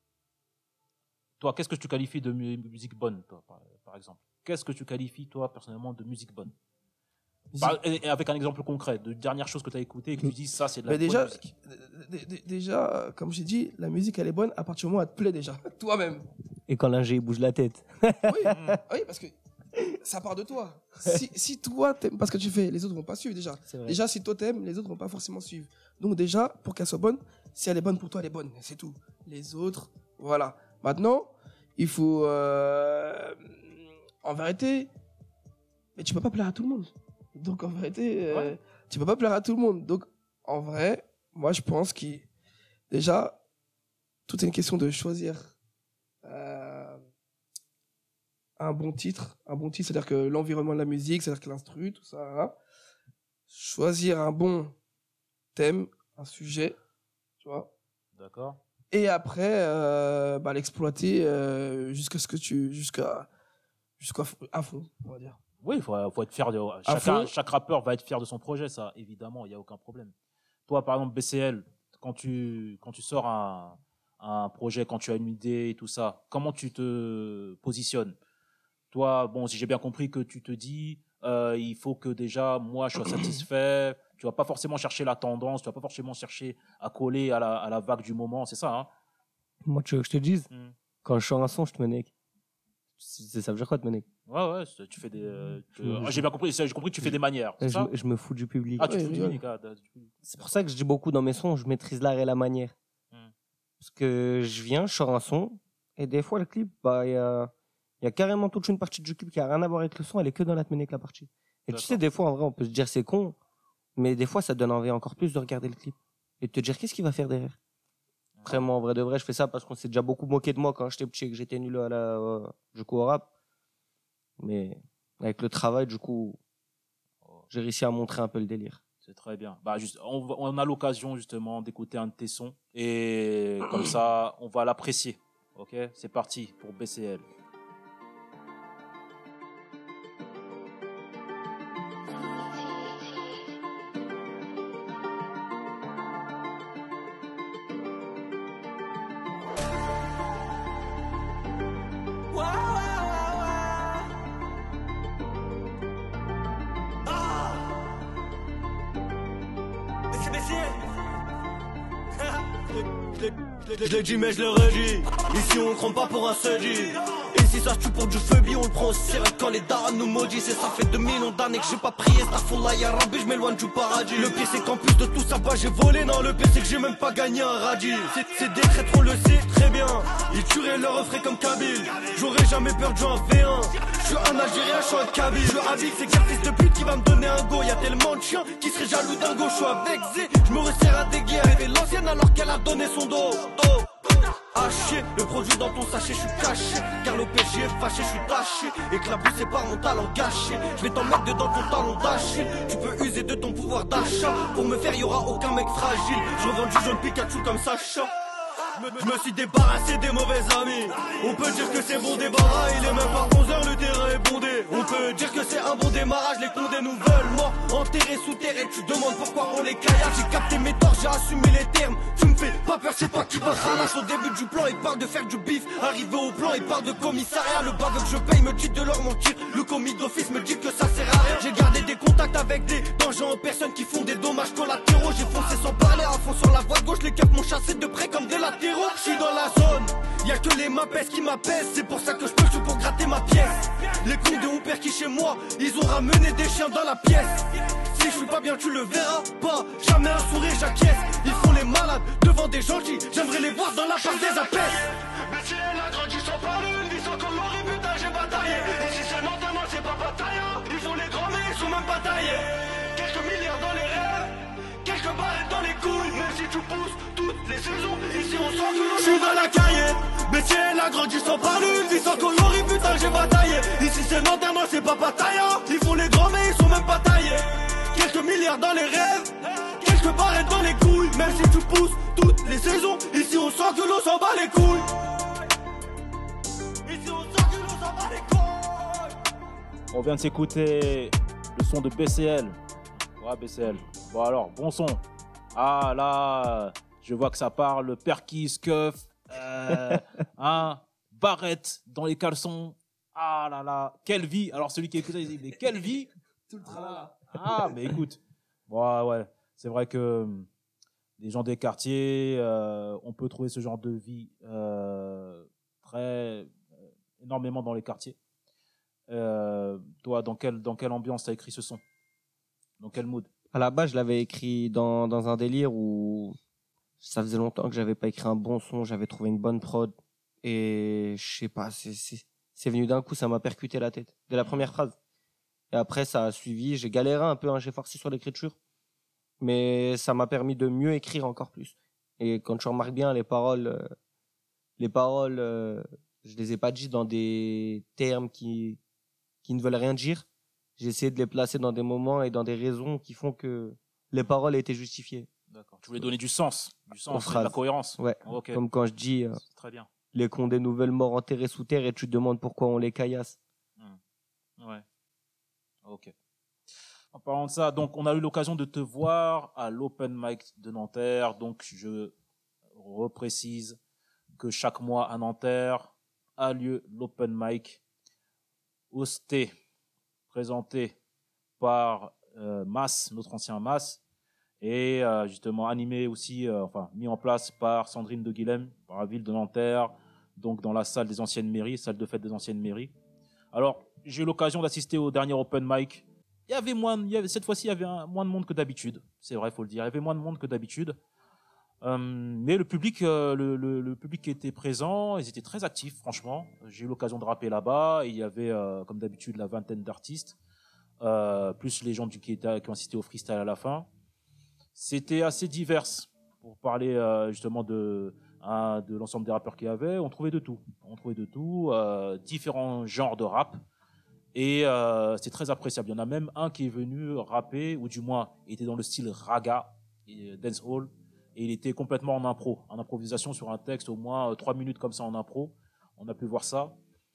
S2: Toi, qu'est-ce que tu qualifies de mu- musique bonne, toi, par, par exemple? Qu'est-ce que tu qualifies, toi, personnellement, de musique bonne? Musique... Par, et, et avec un exemple concret, de dernière chose que tu as écoutée et que tu dis, ça, c'est de la bonne
S3: déjà,
S2: musique.
S3: d- d- déjà, comme j'ai dit, la musique elle est bonne à partir du moment où elle te plaît déjà, toi-même.
S4: Et quand l'ingé bouge la tête.
S3: Oui, oui, parce que ça part de toi. Si, si toi t'aimes pas ce que tu fais, les autres vont pas suivre déjà. Déjà, si toi t'aimes, les autres vont pas forcément suivre. Donc déjà, pour qu'elle soit bonne, si elle est bonne pour toi, elle est bonne, c'est tout. Les autres, voilà. Maintenant, il faut, euh, en vérité, mais tu peux pas plaire à tout le monde. Donc en vérité, euh, ouais. tu peux pas plaire à tout le monde. Donc en vrai, moi je pense que déjà, tout est une question de choisir. Euh, un bon titre, un bon titre, c'est-à-dire que l'environnement de la musique, c'est-à-dire que l'instru, tout ça, hein. Choisir un bon thème, un sujet, tu vois.
S2: D'accord.
S3: Et après, euh, bah, l'exploiter euh, jusqu'à ce que tu, jusqu'à, jusqu'à à fond, on va dire.
S2: Oui, il faut, faut être fier de. Chacun, chaque rappeur va être fier de son projet, ça, évidemment, il y a aucun problème. Toi, par exemple, B C L, quand tu, quand tu sors un, un projet, quand tu as une idée et tout ça, comment tu te positionnes? Toi, bon, si j'ai bien compris que tu te dis, euh, il faut que déjà, moi, je sois satisfait. Tu vas pas forcément chercher la tendance, tu vas pas forcément chercher à coller à la, à la vague du moment, c'est ça, hein?
S4: Moi, tu veux que je te dise? mm. Quand je sors un son, je te menique. C'est ça veut dire quoi, te menique?
S2: Ouais, ouais, tu fais des. Euh, tu... je... J'ai bien compris, j'ai compris que tu fais des manières. C'est
S4: je,
S2: ça
S4: je me fous du public.
S2: Ah, tu ouais, fous du public. Ah,
S4: c'est pour ça que je dis beaucoup dans mes sons, je maîtrise l'art et la manière. Mm. Parce que je viens, je sors un son, et des fois, le clip, bah, il y a. Il y a carrément toute une partie du clip qui a rien à voir avec le son, elle est que dans la tménique, la partie. Et D'accord. tu sais, des fois, en vrai, on peut se dire c'est con, mais des fois, ça donne envie encore plus de regarder le clip et de te dire qu'est-ce qu'il va faire derrière. Ouais. Vraiment, en vrai de vrai, je fais ça parce qu'on s'est déjà beaucoup moqué de moi quand j'étais petit et que j'étais nul à la, euh, du coup, au rap. Mais avec le travail, du coup, j'ai réussi à montrer un peu le délire.
S2: C'est très bien. Bah, juste, on, on a l'occasion, justement, d'écouter un de tes sons et comme ça, on va l'apprécier. Ok, c'est parti pour B C L.
S9: Je l'ai dit mais je le redis. Ici on crame pas pour un sedgy. Ici ça se tue pour du phobie. On le prend au sérieux quand les darons nous maudissent. Et ça fait deux millions d'années que j'ai pas prié. Starfallah ya Rabbi, je m'éloigne du paradis. Le pire c'est qu'en plus de tout ça bah j'ai volé. Non le pire c'est que j'ai même pas gagné un radis. C'est, c'est des traîtres on le sait très bien. Ils tueraient leur refrain comme Kabyle. J'aurais jamais peur de jouer un V un. Je suis un Algérien, je suis un Kabyle. Je suis avec c'est quel fils de pute qui va me donner un go. Y'a tellement de chiens qui seraient jaloux d'un go. Je suis avec Zé, je me resserre à des guerres. Elle est l'ancienne alors qu'elle a donné son dos. Oh. À chier, le produit dans ton sachet, je suis caché. Car l'O P J est fâché, je suis taché. Éclaboussé par mon talent gâché. Je vais t'en mettre dedans ton talon d'Achille. Tu peux user de ton pouvoir d'achat. Pour me faire, y'aura aucun mec fragile. Je revends du jaune Pikachu comme Sacha. Je me suis débarrassé des mauvais amis. On peut dire que c'est bon débarras. Il est même pas onze heures, le terrain est bondé. On peut dire que c'est un bon démarrage. Les condés nous veulent morts, enterrés sous terre. Et tu demandes pourquoi on les caillasse. J'ai capté mes torts, j'ai assumé les termes. Tu me fais pas peur, c'est toi qui va ralasse. Au début du plan, il parle de faire du bif. Arrivé au plan, il parle de commissariat. Le baveux que je paye me dit de leur mentir. Le commis d'office me dit que ça sert à rien. J'ai gardé des contacts avec des dangers en personnes qui font des dommages collatéraux. J'ai foncé sans parler à fond sur la voie de gauche. Les keufs m'ont chassé de près comme des latéraux. Je suis dans la zone, y'a que les mapes qui m'apaisent. C'est pour ça que je peux tout pour gratter ma pièce. Les cons de Hooper qui chez moi, ils ont ramené des chiens dans la pièce. Si je suis pas bien tu le verras pas. Jamais un sourire j'acquiesce. Ils font les malades devant des gentils. J'aimerais les voir dans la part des appels. Mais si elle a grandi sans parler, une vie sans comme Marie, putain j'ai bataillé. Et si c'est non moi c'est pas batailleur. Ils font les grands mais ils sont même pas taillés. suis dans la cahier. Mais si elle a grandi sans parler, ils sont coloris, putain j'ai bataillé. Ici c'est Nanterre, non c'est pas Pattaya. Ils font les grands mais ils sont même pas taillés. Quelques milliards dans les rêves, quelques barrettes dans les couilles. Même si tu pousses toutes les saisons, ici on sent que l'on s'en bat les couilles. Ici on sent que l'on s'en bat les couilles.
S2: On vient de s'écouter le son de B C L. Ouais, B C L. Bon alors, bon son. Ah là, je vois que ça parle perquis, scuff, euh, hein, barrette dans les caleçons. Ah là là, quelle vie. Alors celui qui écoute ça, il dit, mais quelle vie.
S3: Tout le travail.
S2: Ah, mais écoute, ouais, ouais, c'est vrai que les gens des quartiers, euh, on peut trouver ce genre de vie euh, très euh, énormément dans les quartiers. Euh, toi, dans quelle, dans quelle ambiance tu as écrit ce son? Dans quel mood?
S4: À la base, je l'avais écrit dans, dans un délire où ça faisait longtemps que j'avais pas écrit un bon son, j'avais trouvé une bonne prod et je sais pas, c'est, c'est, c'est venu d'un coup, ça m'a percuté la tête dès la première phrase. Et après, ça a suivi, j'ai galéré un peu, hein, j'ai forcé sur l'écriture, mais ça m'a permis de mieux écrire encore plus. Et quand tu remarques bien, les paroles, euh, les paroles, euh, je les ai pas dites dans des termes qui, qui ne veulent rien dire. J'ai essayé de les placer dans des moments et dans des raisons qui font que les paroles étaient justifiées.
S2: D'accord. Tu voulais donner du sens, du sens, de la cohérence.
S4: Ouais.
S2: Okay.
S4: Comme quand je dis, euh,
S2: très bien.
S4: Les cons des nouvelles morts enterrés sous terre et tu te demandes pourquoi on les caillasse.
S2: Mmh. Ouais. Ok. En parlant de ça, donc on a eu l'occasion de te voir à l'Open Mic de Nanterre. Donc je reprécise que chaque mois à Nanterre a lieu l'Open Mic hosté, présenté par euh, Mas, notre ancien Mas, et euh, justement animé aussi, euh, enfin mis en place par Sandrine de Guilhem, par la ville de Nanterre, donc dans la salle des anciennes mairies, salle de fête des anciennes mairies. Alors, j'ai eu l'occasion d'assister au dernier Open Mic. Il y avait moins, il y avait, cette fois-ci, il y avait un, moins de monde que d'habitude. C'est vrai, il faut le dire. Il y avait moins de monde que d'habitude. Euh, mais le public, euh, le, le, le public qui était présent, ils étaient très actifs, franchement. J'ai eu l'occasion de rapper là-bas. Et il y avait, euh, comme d'habitude, la vingtaine d'artistes, euh, plus les gens du, qui, étaient, qui ont assisté au freestyle à la fin. C'était assez divers pour parler euh, justement de, hein, de l'ensemble des rappeurs qu'il y avait. On trouvait de tout. On trouvait de tout, euh, différents genres de rap. Et euh, c'est très appréciable. Il y en a même un qui est venu rapper, ou du moins, il était dans le style raga, et dancehall, et il était complètement en impro, en improvisation sur un texte, au moins trois minutes comme ça en impro. On a pu voir ça.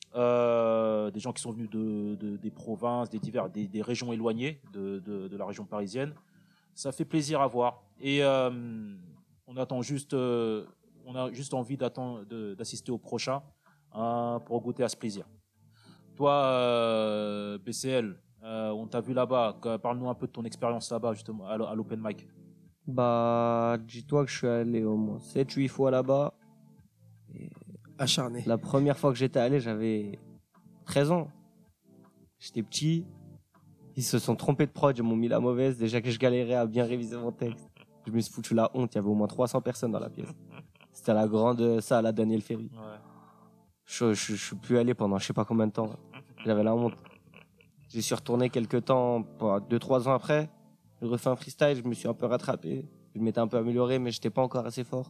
S2: Euh, des gens qui sont venus de, de, des provinces, des, divers, des, des régions éloignées de, de, de la région parisienne. Ça fait plaisir à voir. Et euh, on attend juste, euh, on a juste envie d'attendre, de, d'assister au prochain hein, pour goûter à ce plaisir. Toi, euh, B C L, euh, on t'a vu là-bas. Parle-nous un peu de ton expérience là-bas, justement, à l'Open Mic.
S4: Bah, dis-toi que je suis allé au moins sept huit fois là-bas. Et
S3: acharné.
S4: La première fois que j'étais allé, j'avais treize ans. J'étais petit. Ils se sont trompés de prod, ils m'ont mis la mauvaise. Déjà que je galérais à bien réviser mon texte. Je me suis foutu la honte. Il y avait au moins trois cents personnes dans la pièce. C'était la grande salle à Daniel Ferry.
S2: Ouais.
S4: Je, je, je suis plus allé pendant je sais pas combien de temps. J'avais la honte. J'y suis retourné quelques temps, deux trois ans après. J'ai refait un freestyle, je me suis un peu rattrapé. Je m'étais un peu amélioré, mais j'étais pas encore assez fort.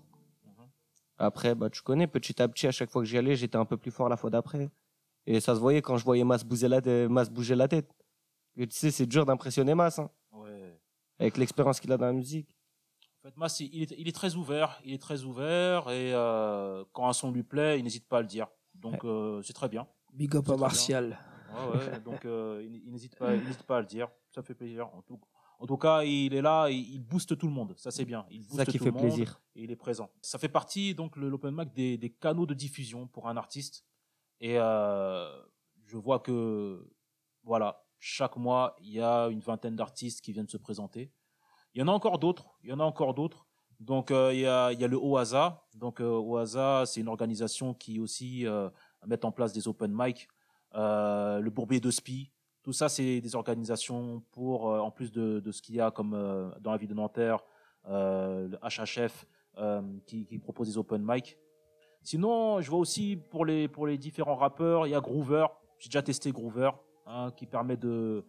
S4: Après, bah, tu connais, petit à petit, à chaque fois que j'y allais, j'étais un peu plus fort la fois d'après. Et ça se voyait quand je voyais Mas bouger la, Mas bouger la tête. Et tu sais, c'est dur d'impressionner Mas. Hein,
S2: ouais.
S4: Avec l'expérience qu'il a dans la musique.
S2: En fait, Mas, il est, il est très ouvert. Il est très ouvert. Et euh, quand un son lui plaît, il n'hésite pas à le dire. Donc, ouais. euh, c'est très bien.
S3: Big up à Martial.
S2: Ouais, ouais. Donc, euh, il, il n'hésite pas, il n'hésite pas à le dire. Ça fait plaisir. En tout, en tout cas, il est là, il, il booste tout le monde. Ça, c'est bien. Il booste
S4: ça qui
S2: tout
S4: fait
S2: le monde
S4: plaisir.
S2: Et il est présent. Ça fait partie, donc, le, l'Open Mic des, des canaux de diffusion pour un artiste. Et euh, je vois que, voilà, chaque mois, il y a une vingtaine d'artistes qui viennent se présenter. Il y en a encore d'autres. Il y en a encore d'autres. Donc, euh, il y a, il y a le O A S A. Donc, euh, O A S A, c'est une organisation qui aussi euh, met en place des open mic. Euh, le Bourbier de Spi. Tout ça, c'est des organisations pour, euh, en plus de, de ce qu'il y a comme euh, dans la ville de Nanterre, euh, le H H F euh, qui, qui propose des open mic. Sinon, je vois aussi pour les, pour les différents rappeurs, il y a Groover. J'ai déjà testé Groover, hein, qui permet de,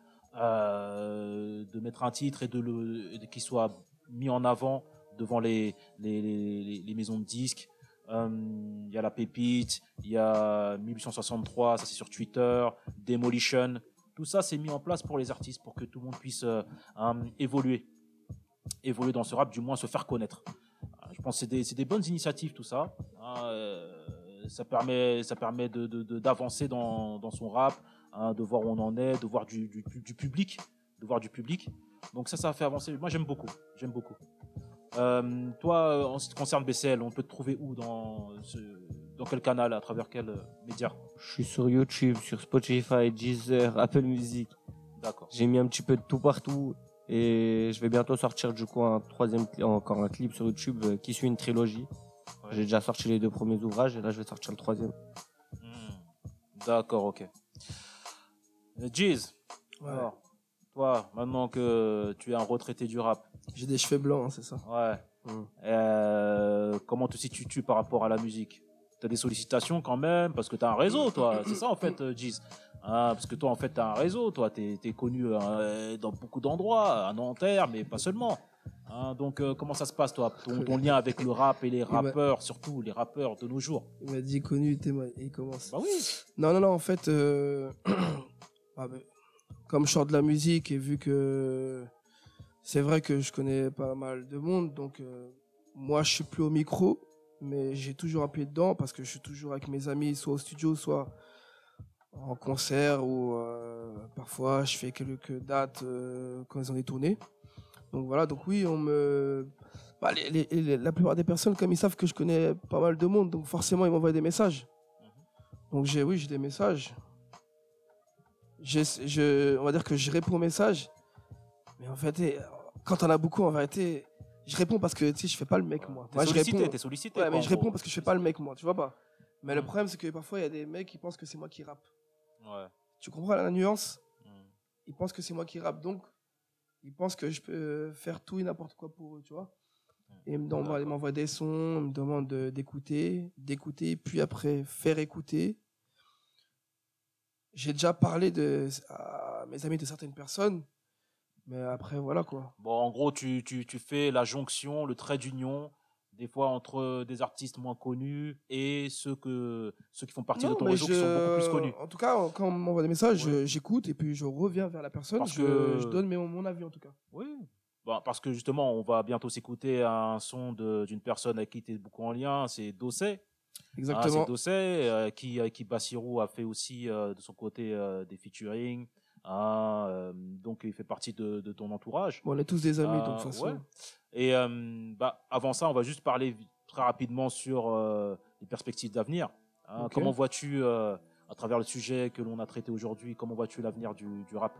S2: euh, de mettre un titre et de le, et de, qu'il soit mis en avant devant les, les, les, les maisons de disques. Il euh, y a La Pépite, il y a mille huit cent soixante-trois, ça c'est sur Twitter, Demolition. Tout ça, c'est mis en place pour les artistes, pour que tout le monde puisse euh, euh, évoluer. Évoluer dans ce rap, du moins se faire connaître. Euh, je pense que c'est des, c'est des bonnes initiatives, tout ça. Euh, ça permet, ça permet de, de, de, d'avancer dans, dans son rap, hein, de voir où on en est, de voir du, du, du public, de voir du public. Donc ça, ça a fait avancer. Moi, j'aime beaucoup. J'aime beaucoup. Euh, toi, en ce qui concerne B C L, on peut te trouver où dans, ce, dans quel canal, à travers quel euh, média?
S4: Je suis sur YouTube, sur Spotify, Deezer, Apple Music.
S2: D'accord.
S4: J'ai mis un petit peu de tout partout et je vais bientôt sortir du coup un troisième, encore un clip sur YouTube euh, qui suit une trilogie. Ouais. J'ai déjà sorti les deux premiers ouvrages et là je vais sortir le troisième.
S2: Mmh. D'accord, ok. Jeez.
S3: Ouais.
S2: Alors, toi, maintenant que tu es un retraité du rap.
S3: J'ai des cheveux blancs, hein, c'est ça.
S2: Ouais. Mmh. Euh, comment te situes-tu par rapport à la musique? T'as des sollicitations quand même, parce que t'as un réseau, toi. C'est ça, en fait, Jeez. Hein, parce que toi, en fait, t'as un réseau, toi. T'es, t'es connu euh, dans beaucoup d'endroits, à Nanterre, mais pas seulement. Hein, donc, euh, comment ça se passe, toi, ton, ton lien avec le rap et les rappeurs, surtout les rappeurs de nos jours?
S3: Il m'a dit connu, témoin. Il commence.
S2: Bah oui.
S3: Non, non, non, en fait, euh... ah, bah, comme je sors de la musique et vu que c'est vrai que je connais pas mal de monde, donc euh, moi, je suis plus au micro, mais j'ai toujours un pied dedans parce que je suis toujours avec mes amis, soit au studio, soit en concert ou euh, parfois je fais quelques dates euh, quand ils ont des tournées. Donc voilà, donc oui, on me, bah, les, les, les, la plupart des personnes, comme ils savent que je connais pas mal de monde, donc forcément ils m'envoient des messages. Donc j'ai, oui, j'ai des messages. J'ai, je, on va dire que je réponds aux messages, mais en fait, quand on a beaucoup, en vérité, je réponds parce que tu sais, je fais pas le mec moi.
S2: T'es
S3: moi
S2: sollicité,
S3: je réponds,
S2: t'es sollicité.
S3: Ouais,
S2: quoi,
S3: mais je
S2: gros.
S3: réponds parce que je fais pas le mec moi, tu vois pas. Mais
S2: mmh.
S3: le problème c'est que parfois il y a des mecs qui pensent que c'est moi qui rappe.
S2: Ouais.
S3: Tu comprends la nuance?
S2: mmh.
S3: Ils pensent que c'est moi qui rappe, donc ils pensent que je peux faire tout et n'importe quoi pour eux, tu vois. Et ils m'envoient, ils m'envoient des sons, ils me demandent de, d'écouter, d'écouter, puis après faire écouter. J'ai déjà parlé de, à mes amis de certaines personnes, mais après voilà quoi.
S2: Bon, en gros, tu, tu, tu fais la jonction, le trait d'union, des fois entre des artistes moins connus et ceux, que, ceux qui font partie
S3: Non,
S2: de ton
S3: mais
S2: réseau
S3: je...
S2: qui sont beaucoup plus connus.
S3: En tout cas, quand on m'envoie des messages,
S2: Ouais.
S3: j'écoute et puis je reviens vers la personne,
S2: Parce
S3: je,
S2: que-
S3: je donne mon, mon avis en tout cas.
S2: Oui. Bon, parce que justement, on va bientôt s'écouter un son de, d'une personne avec qui tu es beaucoup en lien, c'est Dossé.
S3: Exactement.
S2: Ah, c'est Dossé, euh, qui, avec qui Bassirou a fait aussi euh, de son côté euh, des featuring. Hein, euh, donc, il fait partie de, de ton entourage.
S3: Bon, on est tous des amis,
S2: Euh,
S3: donc de toute façon.
S2: ouais. Et euh, bah, avant ça, on va juste parler vi- très rapidement sur euh, les perspectives d'avenir. Hein.
S3: Ok.
S2: Comment vois-tu, euh, à travers le sujet que l'on a traité aujourd'hui, comment vois-tu l'avenir du, du rap?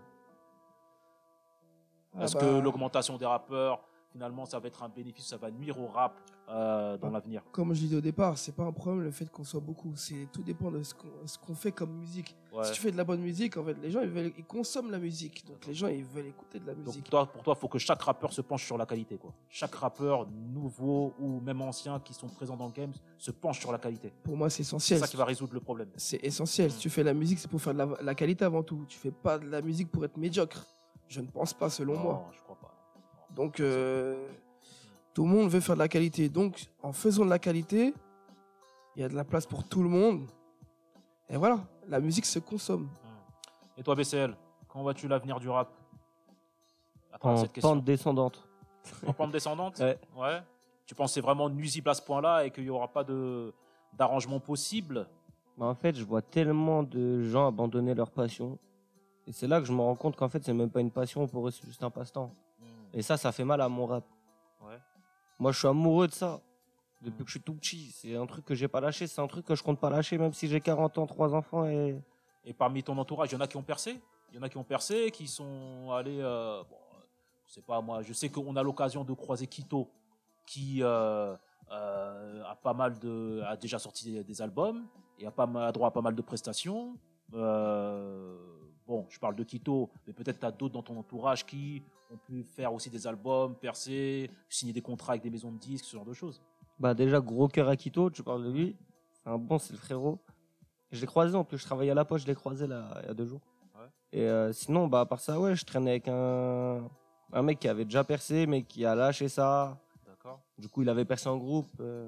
S3: Ah
S2: Est-ce
S3: bah,
S2: que l'augmentation des rappeurs, finalement, ça va être un bénéfice, ça va nuire au rap euh, dans
S3: Bah,
S2: l'avenir?
S3: Comme je disais au départ, c'est pas un problème le fait qu'on soit beaucoup. C'est tout dépend de ce qu'on, ce qu'on fait comme musique.
S2: Ouais.
S3: Si tu fais de la bonne musique, en fait, les gens ils, veulent, ils consomment la musique. Donc les gens ils veulent écouter de la
S2: Donc
S3: musique.
S2: toi, pour toi, il faut que chaque rappeur se penche sur la qualité, quoi. Chaque rappeur, nouveau ou même ancien, qui sont présents dans le game, se penche sur la qualité.
S3: Pour moi, c'est
S2: C'est
S3: essentiel.
S2: ça qui va résoudre le problème.
S3: C'est essentiel. Si tu fais de la musique, c'est pour faire de la, la qualité avant tout. Tu fais pas de la musique pour être médiocre. Je ne pense pas, selon
S2: non,
S3: moi.
S2: je crois pas. Non.
S3: Donc, euh, tout le monde veut faire de la qualité. Donc, en faisant de la qualité, il y a de la place pour tout le monde. Et voilà, la musique se consomme.
S2: Et toi, B C L, comment vois-tu l'avenir du rap à travers
S4: En
S2: cette question?
S4: pente descendante.
S2: En pente descendante?
S4: Ouais.
S2: Ouais. Tu penses que c'est vraiment nuisible à ce point-là et qu'il n'y aura pas de d'arrangement possible?
S4: Bah, en fait, je vois tellement de gens abandonner leur passion. Et c'est là que je me rends compte qu'en fait, c'est même pas une passion, pour eux, c'est juste un passe-temps. Et ça, ça fait mal à mon rap.
S2: Ouais.
S4: Moi, je suis amoureux de ça. Depuis que je suis tout petit. C'est un truc que j'ai pas lâché. C'est un truc que je compte pas lâcher, même si j'ai quarante ans, trois enfants et...
S2: Et parmi ton entourage, il y en a qui ont percé? Il y en a qui ont percé, qui sont allés... Euh, bon, je sais pas, moi, je sais qu'on a l'occasion de croiser Quito, qui euh, euh, a pas mal de... a déjà sorti des, des albums, et a, pas mal, a droit à pas mal de prestations. Euh, bon, je parle de Quito, mais peut-être tu as d'autres dans ton entourage qui ont pu faire aussi des albums, percer, signer des contrats avec des maisons de disques, ce genre de choses.
S4: Bah, déjà, gros cœur à Quito, tu parles de lui. C'est un bon, c'est le frérot. Je l'ai croisé, en plus, je travaillais à la poste, je l'ai croisé là, il y a deux jours.
S2: Ouais.
S4: Et euh, sinon, bah, à part ça, ouais, je traînais avec un, un mec qui avait déjà percé, mais qui a lâché ça.
S2: D'accord.
S4: Du coup, il avait percé en groupe. Euh,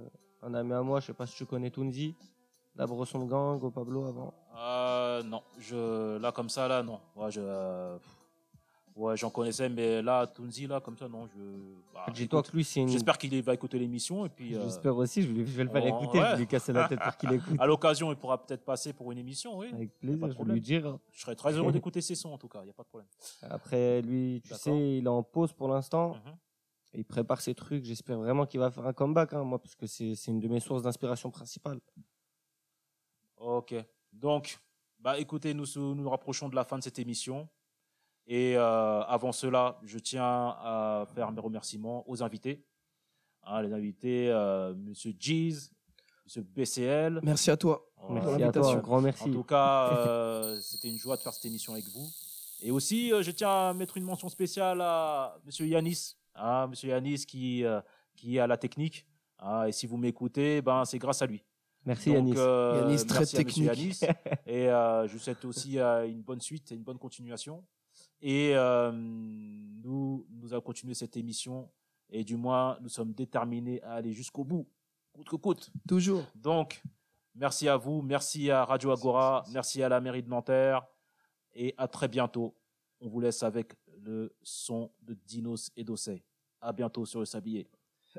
S4: un ami à moi, je sais pas si tu connais Tounzi, la Bresson de Gang, au Pablo avant.
S2: Euh, non, je, là, comme ça, là, non. Ouais, je, euh, ouais, j'en connaissais, mais là, Tounzi, là, comme ça, non. Je, bah,
S4: Dis-toi que lui, c'est une...
S2: J'espère qu'il va écouter l'émission. Et puis,
S4: J'espère euh, aussi, je vais, je vais le faire
S2: oh,
S4: écouter,
S2: ouais.
S4: je vais lui casser la tête pour qu'il écoute.
S2: À l'occasion, il pourra peut-être passer pour une émission, oui.
S4: Avec plaisir, je vais lui dire.
S2: Je serais très heureux d'écouter ses sons, en tout cas, il n'y a pas de problème.
S4: Après, lui, tu D'accord. sais, il est en pause pour l'instant. Mm-hmm. Il prépare ses trucs. J'espère vraiment qu'il va faire un comeback, hein, moi, parce que c'est, c'est une de mes sources d'inspiration principales.
S2: Ok. Donc, bah, écoutez, nous nous rapprochons de la fin de cette émission. Et euh, avant cela, je tiens à faire mes remerciements aux invités. Hein, les invités, euh, Monsieur Jeez, Monsieur B C L.
S3: Merci à toi.
S2: Euh,
S4: merci à toi, un grand merci.
S2: En tout cas, euh, c'était une joie de faire cette émission avec vous. Et aussi, euh, je tiens à mettre une mention spéciale à Monsieur Yanis. Hein, Monsieur Yanis qui, euh, qui est à la technique. Hein, et si vous m'écoutez, ben, c'est grâce à lui.
S4: Merci
S2: Donc,
S4: Yanis.
S2: Euh,
S3: Yanis, très
S2: merci
S3: technique.
S2: À Yanis. Et euh, je vous souhaite aussi euh, une bonne suite et une bonne continuation. Et euh, nous, nous allons continuer cette émission. Et du moins, nous sommes déterminés à aller jusqu'au bout, coûte que coûte.
S3: Toujours.
S2: Donc, merci à vous, merci à Radio Agora, merci à la mairie de Nanterre. Et à très bientôt. On vous laisse avec le son de Dinos et d'Ossey. À bientôt sur le Sablier.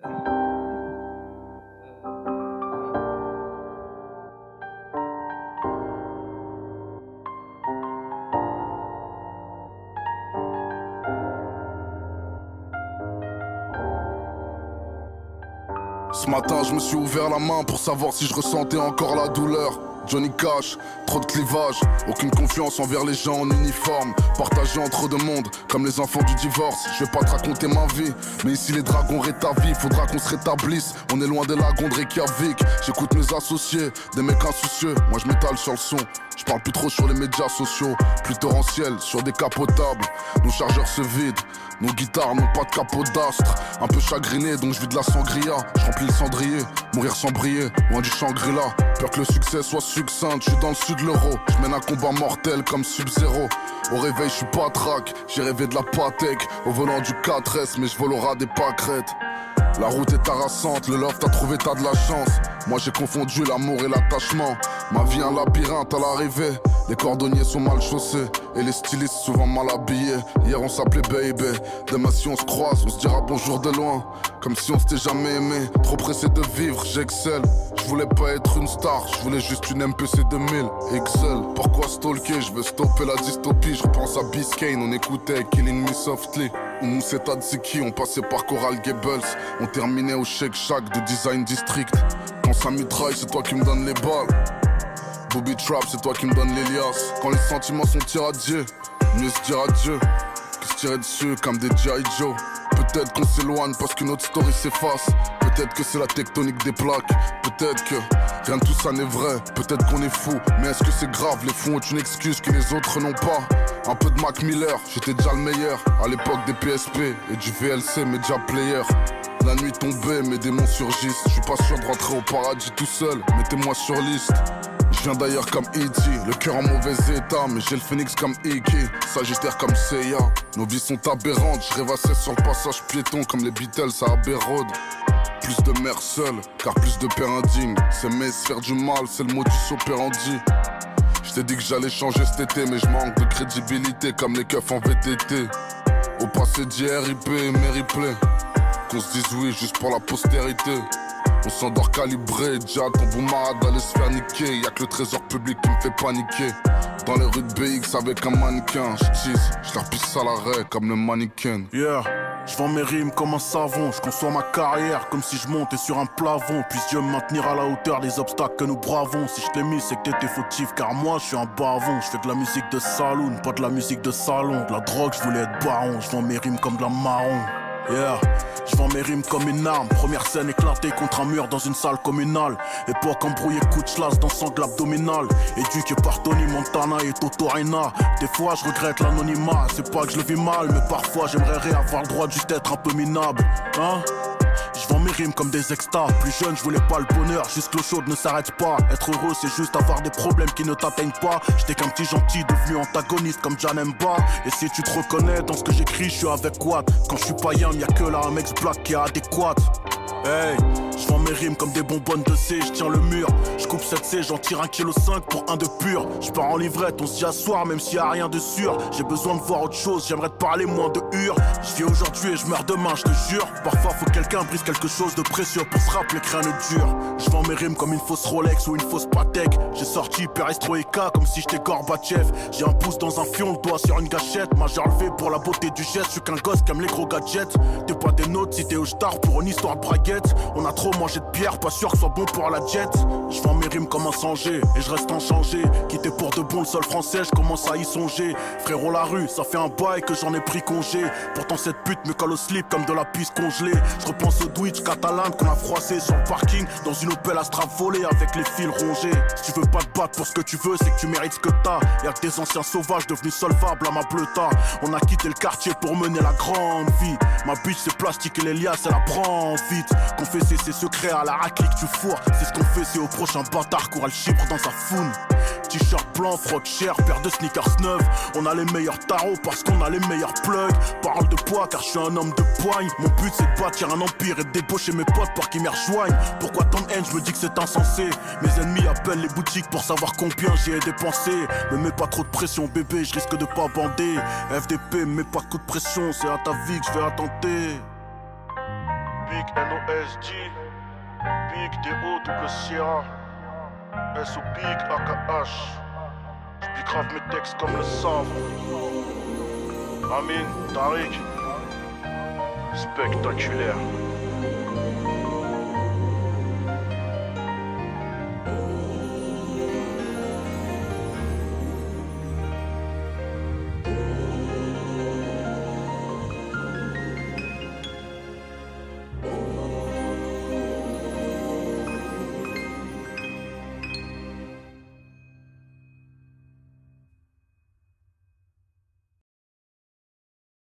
S10: Ce matin je me suis ouvert la main pour savoir si je ressentais encore la douleur. Johnny Cash, trop de clivage, aucune confiance envers les gens en uniforme. Partagé entre deux mondes, comme les enfants du divorce. Je vais pas te raconter ma vie, mais ici les dragons rétablis. Faudra qu'on se rétablisse, on est loin des lagons de Reykjavik. J'écoute mes associés, des mecs insoucieux. Moi je m'étale sur le son, je parle plus trop sur les médias sociaux. Plus torrentiel, sur des capotables. Nos chargeurs se vident, nos guitares n'ont pas de capot d'astre. Un peu chagriné, donc je vis de la sangria. Je remplis le cendrier, mourir sans briller, loin du Shangri-La. Peur que le succès soit succinct, je suis dans le sud de l'euro. Je mène un combat mortel comme Sub-Zero. Au réveil, je suis pas trac, j'ai rêvé de la Patek. Au volant du quatre S, mais je vole au ras des pâquerettes. La route est harassante, le love t'as trouvé, t'as de la chance. Moi j'ai confondu l'amour et l'attachement. Ma vie un labyrinthe à l'arrivée. Les cordonniers sont mal chaussés et les stylistes souvent mal habillés. Hier on s'appelait baby, demain si on se croise, on se dira bonjour de loin. Comme si on s'était jamais aimé, trop pressé de vivre, j'excelle. Je voulais pas être une star, je voulais juste une M P C deux mille, Excel. Pourquoi stalker, je veux stopper la dystopie. Je repense à Biscayne, on écoutait Killing Me Softly. On moussait Tadziki, on passait par Coral Gables. On terminait au Shake Shack de Design District. Quand ça mitraille, c'est toi qui me donne les balles. Booby Trap, c'est toi qui me donne l'Elias. Quand les sentiments sont irradiés, mieux se dire adieu que se tirer dessus comme des G I. Joe. Peut-être qu'on s'éloigne parce que notre story s'efface. Peut-être que c'est la tectonique des plaques. Peut-être que rien de tout ça n'est vrai. Peut-être qu'on est fou, mais est-ce que c'est grave? Les fous ont une excuse que les autres n'ont pas. Un peu de Mac Miller, j'étais déjà le meilleur. À l'époque des P S P et du V L C Media Player. La nuit tombée, mes démons surgissent. Je suis pas sûr de rentrer au paradis tout seul. Mettez-moi sur liste. Je viens d'ailleurs comme E T, le cœur en mauvais état, mais j'ai le phénix comme Iggy, Sagittaire comme Seiya. Nos vies sont aberrantes, je rêvassais sur le passage piéton comme les Beatles à Abbey Road. Plus de mères seules, car plus de pères indignes. S'aimer, se faire du mal, c'est le modus operandi. Je t'ai dit que j'allais changer cet été, mais je manque de crédibilité comme les keufs en V T T. Au passé d'I R I P et mes replays, qu'on se dise oui juste pour la postérité. On s'endort calibré, déjà ton boumara d'aller se faire niquer. Y'a que le trésor public qui me fait paniquer. Dans les rues de B X avec un mannequin, j'tease, j'leur pisse à l'arrêt comme le mannequin.
S8: Yeah, j'vends mes rimes comme un savon, j'conçois ma carrière comme si je montais sur un plafond. Puisse Dieu me maintenir à la hauteur des obstacles que nous bravons. Si je t'ai mis c'est que t'étais fautif, car moi je suis un bavon. Je fais de la musique de saloon, pas de la musique de salon. De la drogue, je voulais être baron, j'vends mes rimes comme de la marron. Yeah, je vends mes rimes comme une arme. Première scène éclatée contre un mur dans une salle communale. Époque embrouillée, coup de chlasse dans sangle abdominal. Éduqué par Tony Montana et Toto Arena. Des fois je regrette l'anonymat, c'est pas que je le vis mal, mais parfois j'aimerais réavoir le droit juste d'être un peu minable. Hein? Je vends mes rimes comme des extas. Plus jeune, je voulais pas le bonheur, juste l'eau chaude ne s'arrête pas. Être heureux, c'est juste avoir des problèmes qui ne t'atteignent pas. J'étais qu'un petit gentil devenu antagoniste comme Janemba. Et si tu te reconnais dans ce que j'écris, je suis avec Watt. Quand je suis païen, y'a que là un mec black qui est adéquat. Hey, je vends mes rimes comme des bonbonnes de C, je tiens le mur. Je coupe sept C, j'en tire un virgule cinq kilos pour un de pur. Je pars en livrette, on se dit à soir même s'il y a rien de sûr. J'ai besoin de voir autre chose, j'aimerais te parler moins de hur. Je vis aujourd'hui et je meurs demain, je te jure. Parfois faut que quelqu'un brise quelque chose de précieux pour se rappeler que rien ne dure. Je vends mes rimes comme une fausse Rolex ou une fausse Patek. J'ai sorti Perestroïka comme si j'étais Gorbatchev. J'ai un pouce dans un fion, le doigt sur une gâchette. Majeur levé pour la beauté du geste, je suis qu'un gosse qui aime les gros gadgets. T'es pas des notes si t'es au star pour une histoire de braguette. On a trop mangé de pierre, pas sûr que ce soit bon pour la jet. Je vends mes rimes comme un sanger et je reste inchangé. Quitté pour de bon le sol français, je commence à y songer. Frérot la rue, ça fait un bail que j'en ai pris congé. Pourtant cette pute me colle au slip comme de la pisse congelée. Je repense au Twitch catalane qu'on a froissé sur le parking dans une Opel Astra volée avec les fils rongés. Si tu veux pas te battre pour ce que tu veux, c'est que tu mérites ce que t'as. Y'a que des anciens sauvages devenus solvables à ma bleuta. On a quitté le quartier pour mener la grande vie. Ma bitch c'est plastique et l'Elias elle la prend vite. Confesser ses secrets à la raclée que tu fourres, c'est ce qu'on fait, c'est au prochain bâtard qu'aura le chibre dans sa foune. T-shirt blanc, froc cher, paire de sneakers neufs. On a les meilleurs tarots parce qu'on a les meilleurs plugs. Parole de poids car je suis un homme de poigne. Mon but c'est de bâtir un empire et de débaucher mes potes pour qu'ils m'y rejoignent. Pourquoi tant de haine, je me dis que c'est insensé. Mes ennemis appellent les boutiques pour savoir combien j'y ai dépensé. Me mets pas trop de pression bébé, je risque de pas bander. F D P, me mets pas de coup de pression, c'est à ta vie que je vais attenter. Big N O S G, Big D O double Sierra, S O Big A K H. J'pique grave mes textes comme le savent. Amin, Tariq, spectaculaire.